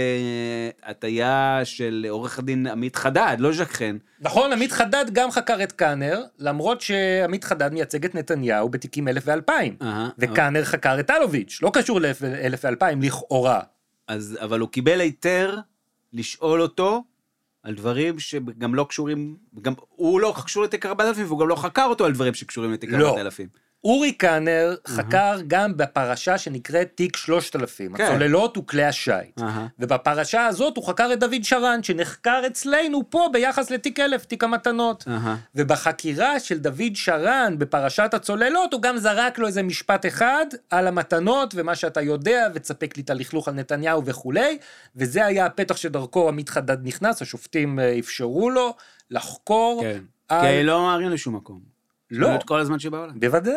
הטיה של עורך הדין עמית חדד, לא ז'קחן. נכון, עמית חדד גם חקר את קאנר, למרות שעמית חדד מייצג את נתניהו בתיקים 1000 ו-2000. וקאנר חקר את אלוביץ', לא קשור ל-1000 ו-2000, לכאורה. אבל הוא קיבל היתר לשאול אותו על דברים שגם לא קשורים, הוא לא קשור לתיק 4000, והוא גם לא חקר אותו על דברים שקשורים לתיק 4000. אורי קאנר חקר גם בפרשה שנקראת תיק 3000, הצוללות וכלי השייט. ובפרשה הזאת הוא חקר את דוד שרן, שנחקר אצלנו פה ביחס לתיק 1000, תיק המתנות. ובחקירה של דוד שרן בפרשת הצוללות, הוא גם זרק לו איזה משפט אחד על המתנות, ומה שאתה יודע, וצפק לי את הלכלוך על נתניהו וכולי, וזה היה הפתח שדרכו עמית חדד נכנס, השופטים אפשרו לו לחקור. כי לא מערים לשום מקום. לא. את כל הזמן שבעולם. בוודאי.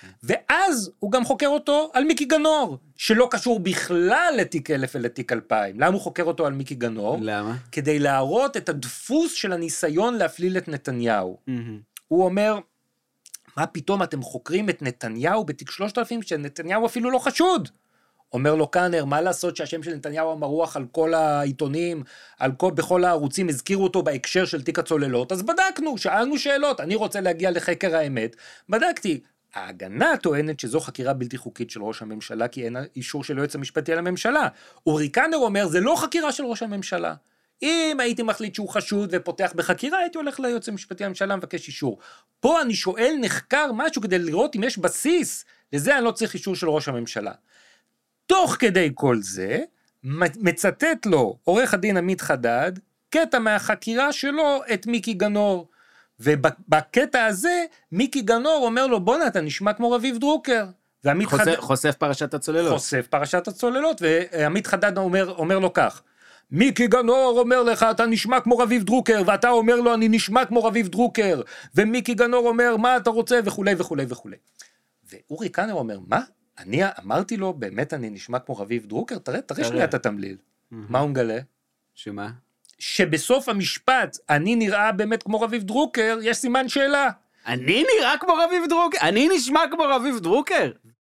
ואז הוא גם חוקר אותו על מיקי גנור, שלא קשור בכלל לתיק 1000 ולתיק 2000. למה הוא חוקר אותו על מיקי גנור? למה? כדי להראות את הדפוס של הניסיון להפליל את נתניהו. הוא אומר, מה פתאום אתם חוקרים את נתניהו בתיק 3000, שנתניהו אפילו לא חשוד? אומר לו קאנר, מה לעשות שהשם של נתניהו המרוח על כל העיתונים, בכל הערוצים, הזכירו אותו בהקשר של תיק הצוללות, אז בדקנו, שאלנו שאלות, אני רוצה להגיע לחקר האמת, בדקתי, ההגנה טוענת שזו חקירה בלתי חוקית של ראש הממשלה, כי אין אישור של היועץ המשפטי על הממשלה. אורי קאנר אומר, זה לא חקירה של ראש הממשלה. אם הייתי מחליט שהוא חשוד ופותח בחקירה, הייתי הולך ליועץ המשפטי הממשלה מבקש אישור. פה אני שואל נחקר משהו כדי לראות אם יש בסיס, לזה אני לא צריך אישור של ראש הממשלה. תוך כדי כל זה, מצטט לו עורך הדין עמית חדד, קטע מהחקירה שלו את מיקי גנור, ובקטע הזה, מיקי גנור אומר לו, בוא אתה נשמע כמו רביב דרוקר, חושף פרשת הצוללות. חושף פרשת הצוללות, ועמית חדד אומר לו כך, מיקי גנור אומר לך, אתה נשמע כמו רביב דרוקר, ואתה אומר לו, אני נשמע כמו רביב דרוקר, ומיקי גנור אומר, מה אתה רוצה, וכולי וכולי וכולי. ואורי קאנר אומר, מה? אני אמרתי לו, באמת אני נשמע כמו רביב דרוקר, תראה שנייה את התמליל. מה הוא מגלה? שמה? שבסוף המשפט, אני נראה באמת כמו רביב דרוקר, יש סימן שאלה. אני נראה כמו רביב דרוקר? אני נשמע כמו רביב דרוקר?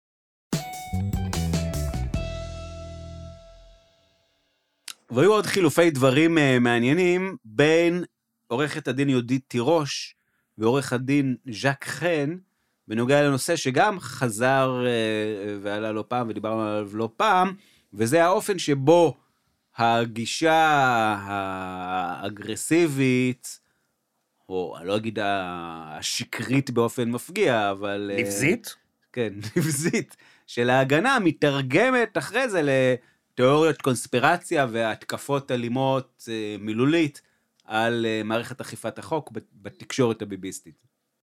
והיו עוד חילופי דברים מעניינים בין עורכת הדין יהודית תירוש ועורך הדין ז'ק חן, בנוגע לנושא שגם חזר ועלה לא פעם ודיברנו עליו לא פעם, וזה האופן שבו הגישה האגרסיבית, או אני לא אגיד השקרית באופן מפגיע, אבל... נבזית? כן, נבזית, של ההגנה מתרגמת אחרי זה לתיאוריות קונספירציה והתקפות אלימות מילולית על מערכת אכיפת החוק בתקשורת הביביסטית.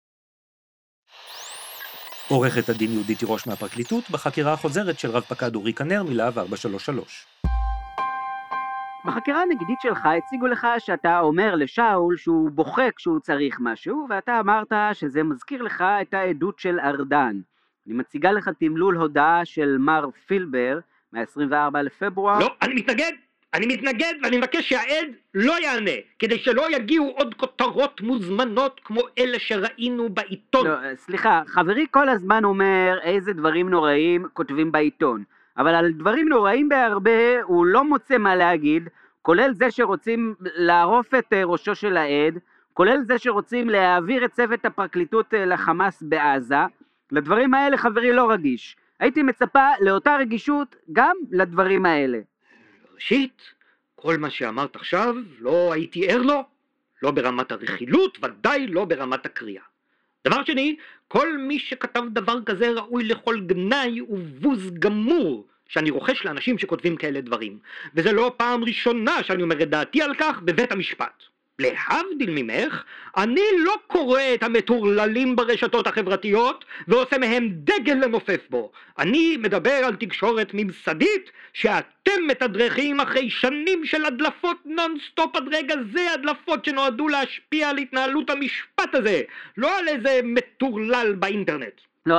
עורכת הדין יהודית תירוש מהפרקליטות בחקירה החוזרת של רב פקד אורי קאנר מלהב 433. בחקירה הנגדית שלך הציגו לך שאתה אומר לשאול שהוא בוכה כשהוא צריך משהו, ואתה אמרת שזה מזכיר לך את העדות של ארדן. אני מציגה לך תמלול הודעה של מר פילבר מה-24 לפברואר. לא, אני מתנגד ואני מבקש שהעד לא יענה, כדי שלא יגיעו עוד כותרות מוזמנות כמו אלה שראינו בעיתון. לא, סליחה, חברי כל הזמן אומר איזה דברים נוראים כותבים בעיתון, אבל על דברים נוראים בהרבה הוא לא מוצא מה להגיד, כולל זה שרוצים לערוף את ראשו של העד, כולל זה שרוצים להעביר את צוות הפרקליטות לחמאס בעזה. לדברים האלה חברי לא רגיש. הייתי מצפה לאותה רגישות גם לדברים האלה. ראשית, כל מה שאמרת עכשיו לא הייתי ער לו, לא ברמת הרכילות, ודאי לא ברמת הקריאה. דבר שני, כל מי שכתב דבר כזה ראוי לכל גנאי ובוז גמור שאני רוכש לאנשים שכותבים כאלה דברים. וזה לא פעם ראשונה שאני אומר את דעתי על כך בבית המשפט. להבדיל ממך, אני לא קורא את המטורללים ברשתות החברתיות ועושה מהם דגל לנופף בו. אני מדבר על תקשורת ממסדית שאתם מתדרכים אחרי שנים של הדלפות נונסטופ עד רגע זה, הדלפות שנועדו להשפיע על התנהלות המשפט הזה, לא על איזה מטורלל באינטרנט. לא,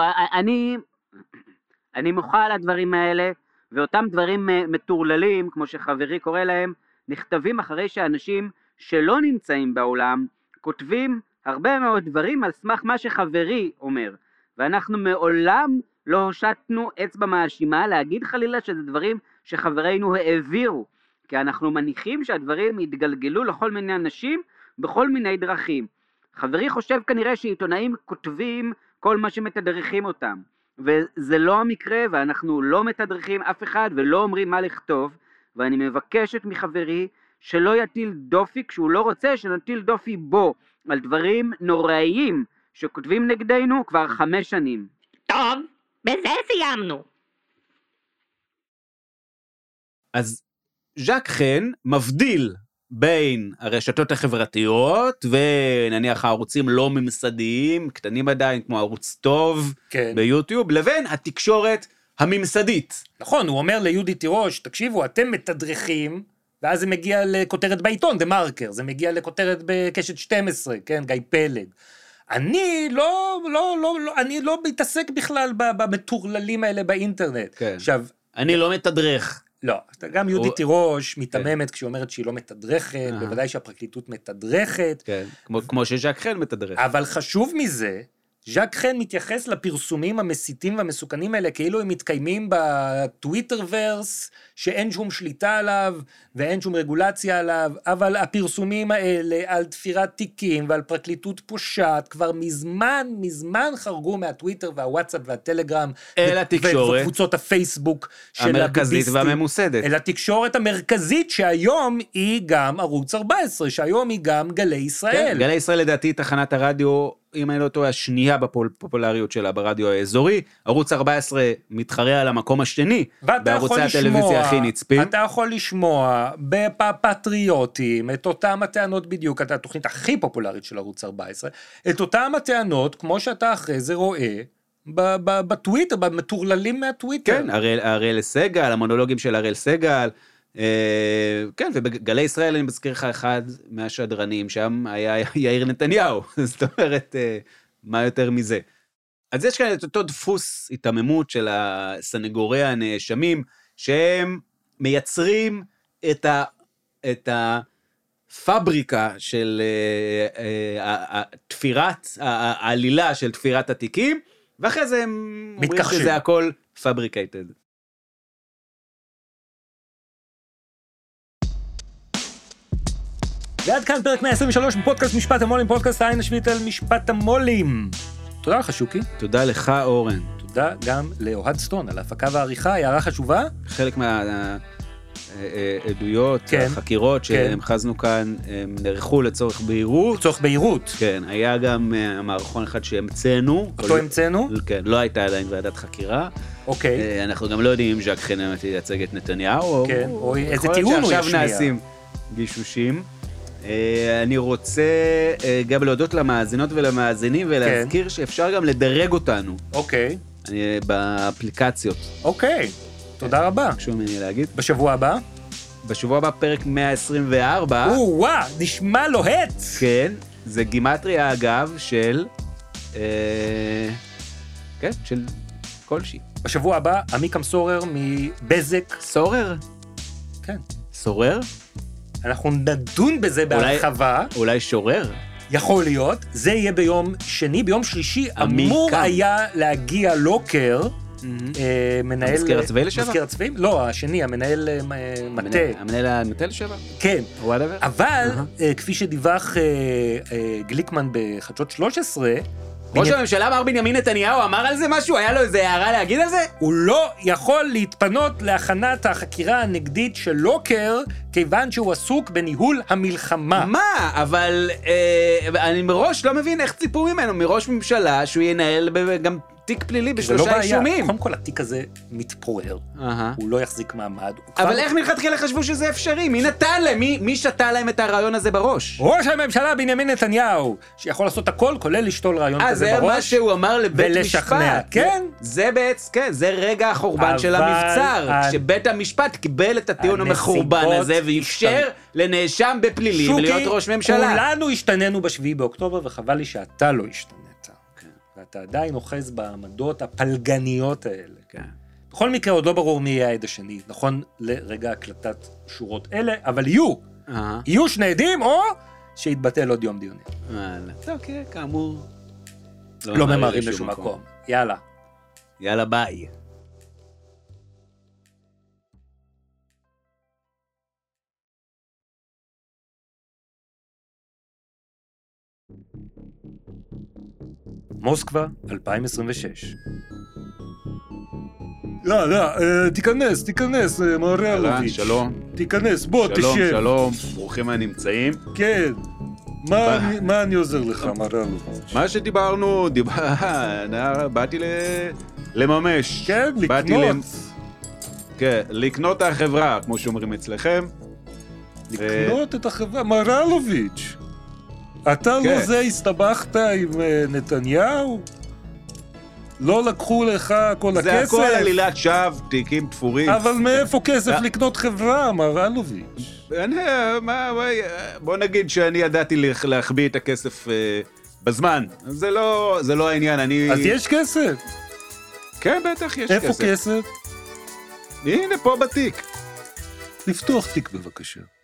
אני מוחה על הדברים האלה, ואותם דברים מטורללים, כמו שחברי קורא להם, נכתבים אחרי שאנשים שלא נמצאים בעולם, כותבים הרבה מאוד דברים על סמך מה שחברי אומר, ואנחנו מעולם לא הושטנו אצבע מאשימה להגיד חלילה שזה דברים שחברינו העבירו, כי אנחנו מניחים שהדברים יתגלגלו לכל מיני אנשים בכל מיני דרכים. חברי חושב כנראה שעיתונאים כותבים כל מה שמתדרכים אותם, וזה לא המקרה, ואנחנו לא מתדרכים אף אחד ולא אומרים מה לכתוב, ואני מבקשת מחברי שלא יטיל דופי כשהוא לא רוצה שנטיל דופי בו על דברים נוראיים שכותבים נגדנו כבר 5 שנים. טוב, בזה סיימנו. אז ז'ק חן מבדיל בין הרשתות החברתיות ונניח הערוצים לא ממסדיים, קטנים עדיין כמו ערוץ טוב ביוטיוב, לבין התקשורת הממסדית. נכון, הוא אומר ליהודית תירוש, תקשיבו, אתם מתדרכים, ואז זה מגיע לכותרת בעיתון, דה מרקר, זה מגיע לכותרת בקשת 12, כן, גיא פלג. אני לא מתעסק בכלל במטורללים האלה באינטרנט. כן. עכשיו, אני לא מתדרך. לא, גם יהודית תירוש מתממת כשהיא אומרת שהיא לא מתדרכת, בוודאי שהפרקליטות מתדרכת. כן, כמו שז'ק חן מתדרך. אבל חשוב מזה, ז'ק חן מתייחס לפרסומים המסיתים והמסוכנים האלה, כאילו הם מתקיימים בטוויטר ורס, שאין שום שליטה עליו, ואין שום רגולציה עליו, אבל הפרסומים האלה על תפירת תיקים ועל פרקליטות פושעת, כבר מזמן חרגו מהטוויטר והוואטסאפ והטלגרם, אל התקשורת, וקבוצות הפייסבוק של המרכזית והממוסדת. אל התקשורת המרכזית, שהיום היא גם ערוץ 14, שהיום היא גם גלי ישראל. כן, גלי ישראל לדעתי תחנת הרדיו, אם אני לא טועה, השנייה בפופולריות שלה ברדיו האזורי. ערוץ 14 מתחרה על המקום השני בערוצי הטלוויזיה הכי נצפים. אתה יכול לשמוע בפטריוטים את אותם הטענות בדיוק, את התוכנית הכי פופולרית של ערוץ 14, את אותם הטענות כמו שאתה אחרי זה רואה בטוויטר, במטורללים מהטוויטר. כן, הראל סגל, המונולוגים של הראל סגל, כן, ובגלי ישראל אני מזכיר לך אחד מהשדרנים שם היה יאיר נתניהו, זאת אומרת, מה יותר מזה. אז יש כאן את אותו דפוס התאממות של הסנגורי הנאשמים, שהם מייצרים את הפבריקה של תפירת, העלילה של תפירת התיקים, ואחרי זה הם אומרים שזה הכל fabricated. ועד כאן פרק 123 בפודקאסט משפט המולים, פודקאסט העין השביעית על משפט המולים. תודה לך שוקי. תודה לך אורן. תודה גם לאוהד סטון על ההפקה והעריכה, הערה חשובה. חלק מהעדויות, החקירות שהמחזנו כאן, הם נערכו לצורך בהירות. לצורך בהירות. כן, היה גם מערכון אחד שהמצאנו. אותו המצאנו? כן, לא הייתה עדיין ועדת חקירה. אוקיי. אנחנו גם לא יודעים אם ז'ק חן באמת ייצג את נתניהו. כן, או איזה טיעון הוא עכשיו נעשים גישושים. אני רוצה גם להודות למאזינות ולמאזינים ולהזכיר שאפשר גם לדרג אותנו. אוקיי. באפליקציות. אוקיי, תודה רבה. חשוב ממני להגיד. בשבוע הבא? בשבוע הבא פרק 124. וואו, נשמע לוהט. כן, זה גימטריה אגב של, כן, של כלשהי. בשבוע הבא, עמיקם סורר מבזק. סורר? כן. סורר? אנחנו נדון בזה בהרחבה. אולי שורר? יכול להיות. זה יהיה ביום שני. ביום שלישי אמור היה להגיע לוקר, מנהל... המזכיר הצבאי לשבע? מזכיר הצבאי? לא, השני, המנהל מטה. המנהל המטה לשבע? כן. whatever. אבל, כפי שדיווח גליקמן בחדשות 13, ראש הממשלה מר בנימין נתניהו אמר על זה משהו? היה לו איזה הערה להגיד על זה? הוא לא יכול להתפנות להכנת החקירה הנגדית של לוקר, כיוון שהוא עסוק בניהול המלחמה. מה? אבל אני מראש לא מבין איך ציפו ממנו, מראש ממשלה, שהוא ינהל גם תיק פלילי בשלושה אישומים. קודם כל התיק הזה מתפורר, הוא לא יחזיק מעמד. אבל איך מלכתחילה חשבו שזה אפשרי? מי נתן להם? מי שתה להם את הרעיון הזה בראש? ראש הממשלה בנימין נתניהו, שיכול לעשות הכל, כולל לשתול רעיון כזה בראש. זה מה שהוא אמר לבית ולשכנע, משפט. כן? זה בעצם, כן, זה רגע החורבן של המבצר, שבית המשפט קיבל את הטיעון המחורבן הזה, ואפשר לנאשם בפלילים להיות ראש ממשלה. כולנו השתננו ב7 באוקטובר, וחבל לי שאתה לא השתנית. ואתה עדיין אוחז בעמדות הפלגניות האלה. כן. בכל מקרה, עוד לא ברור מי יהיה העד השני, נכון לרגע הקלטת שורות אלה, אבל יהיו שני עדים, או שיתבטל עוד יום דיונים. אוקיי, כאמור. לא ממהרים לשום מקום. יאללה. יאללה, ביי. מוסקבה, 2026. לא, תיכנס, מר אלוביץ'. שלום. תיכנס, בוא, תשב. שלום, ברוכים הנמצאים. כן. מה אני עוזר לך, מר אלוביץ'? מה שדיברנו, באתי לממש. כן, לקנות. כן, לקנות את החברה, כמו שאומרים אצלכם. לקנות את החברה, מר אלוביץ'. אתה לא זה הסתבכת עם נתניהו? לא לקחו לך כל הכסף? זה הכל עלילת שווא, תיקים תפורים. אבל מאיפה כסף לקנות חברה, מר אלוביץ'? בוא נגיד שאני ידעתי להחביא את הכסף בזמן. זה לא העניין, אז יש כסף? כן, בטח יש כסף. איפה כסף? הנה, פה בתיק. לפתוח תיק בבקשה.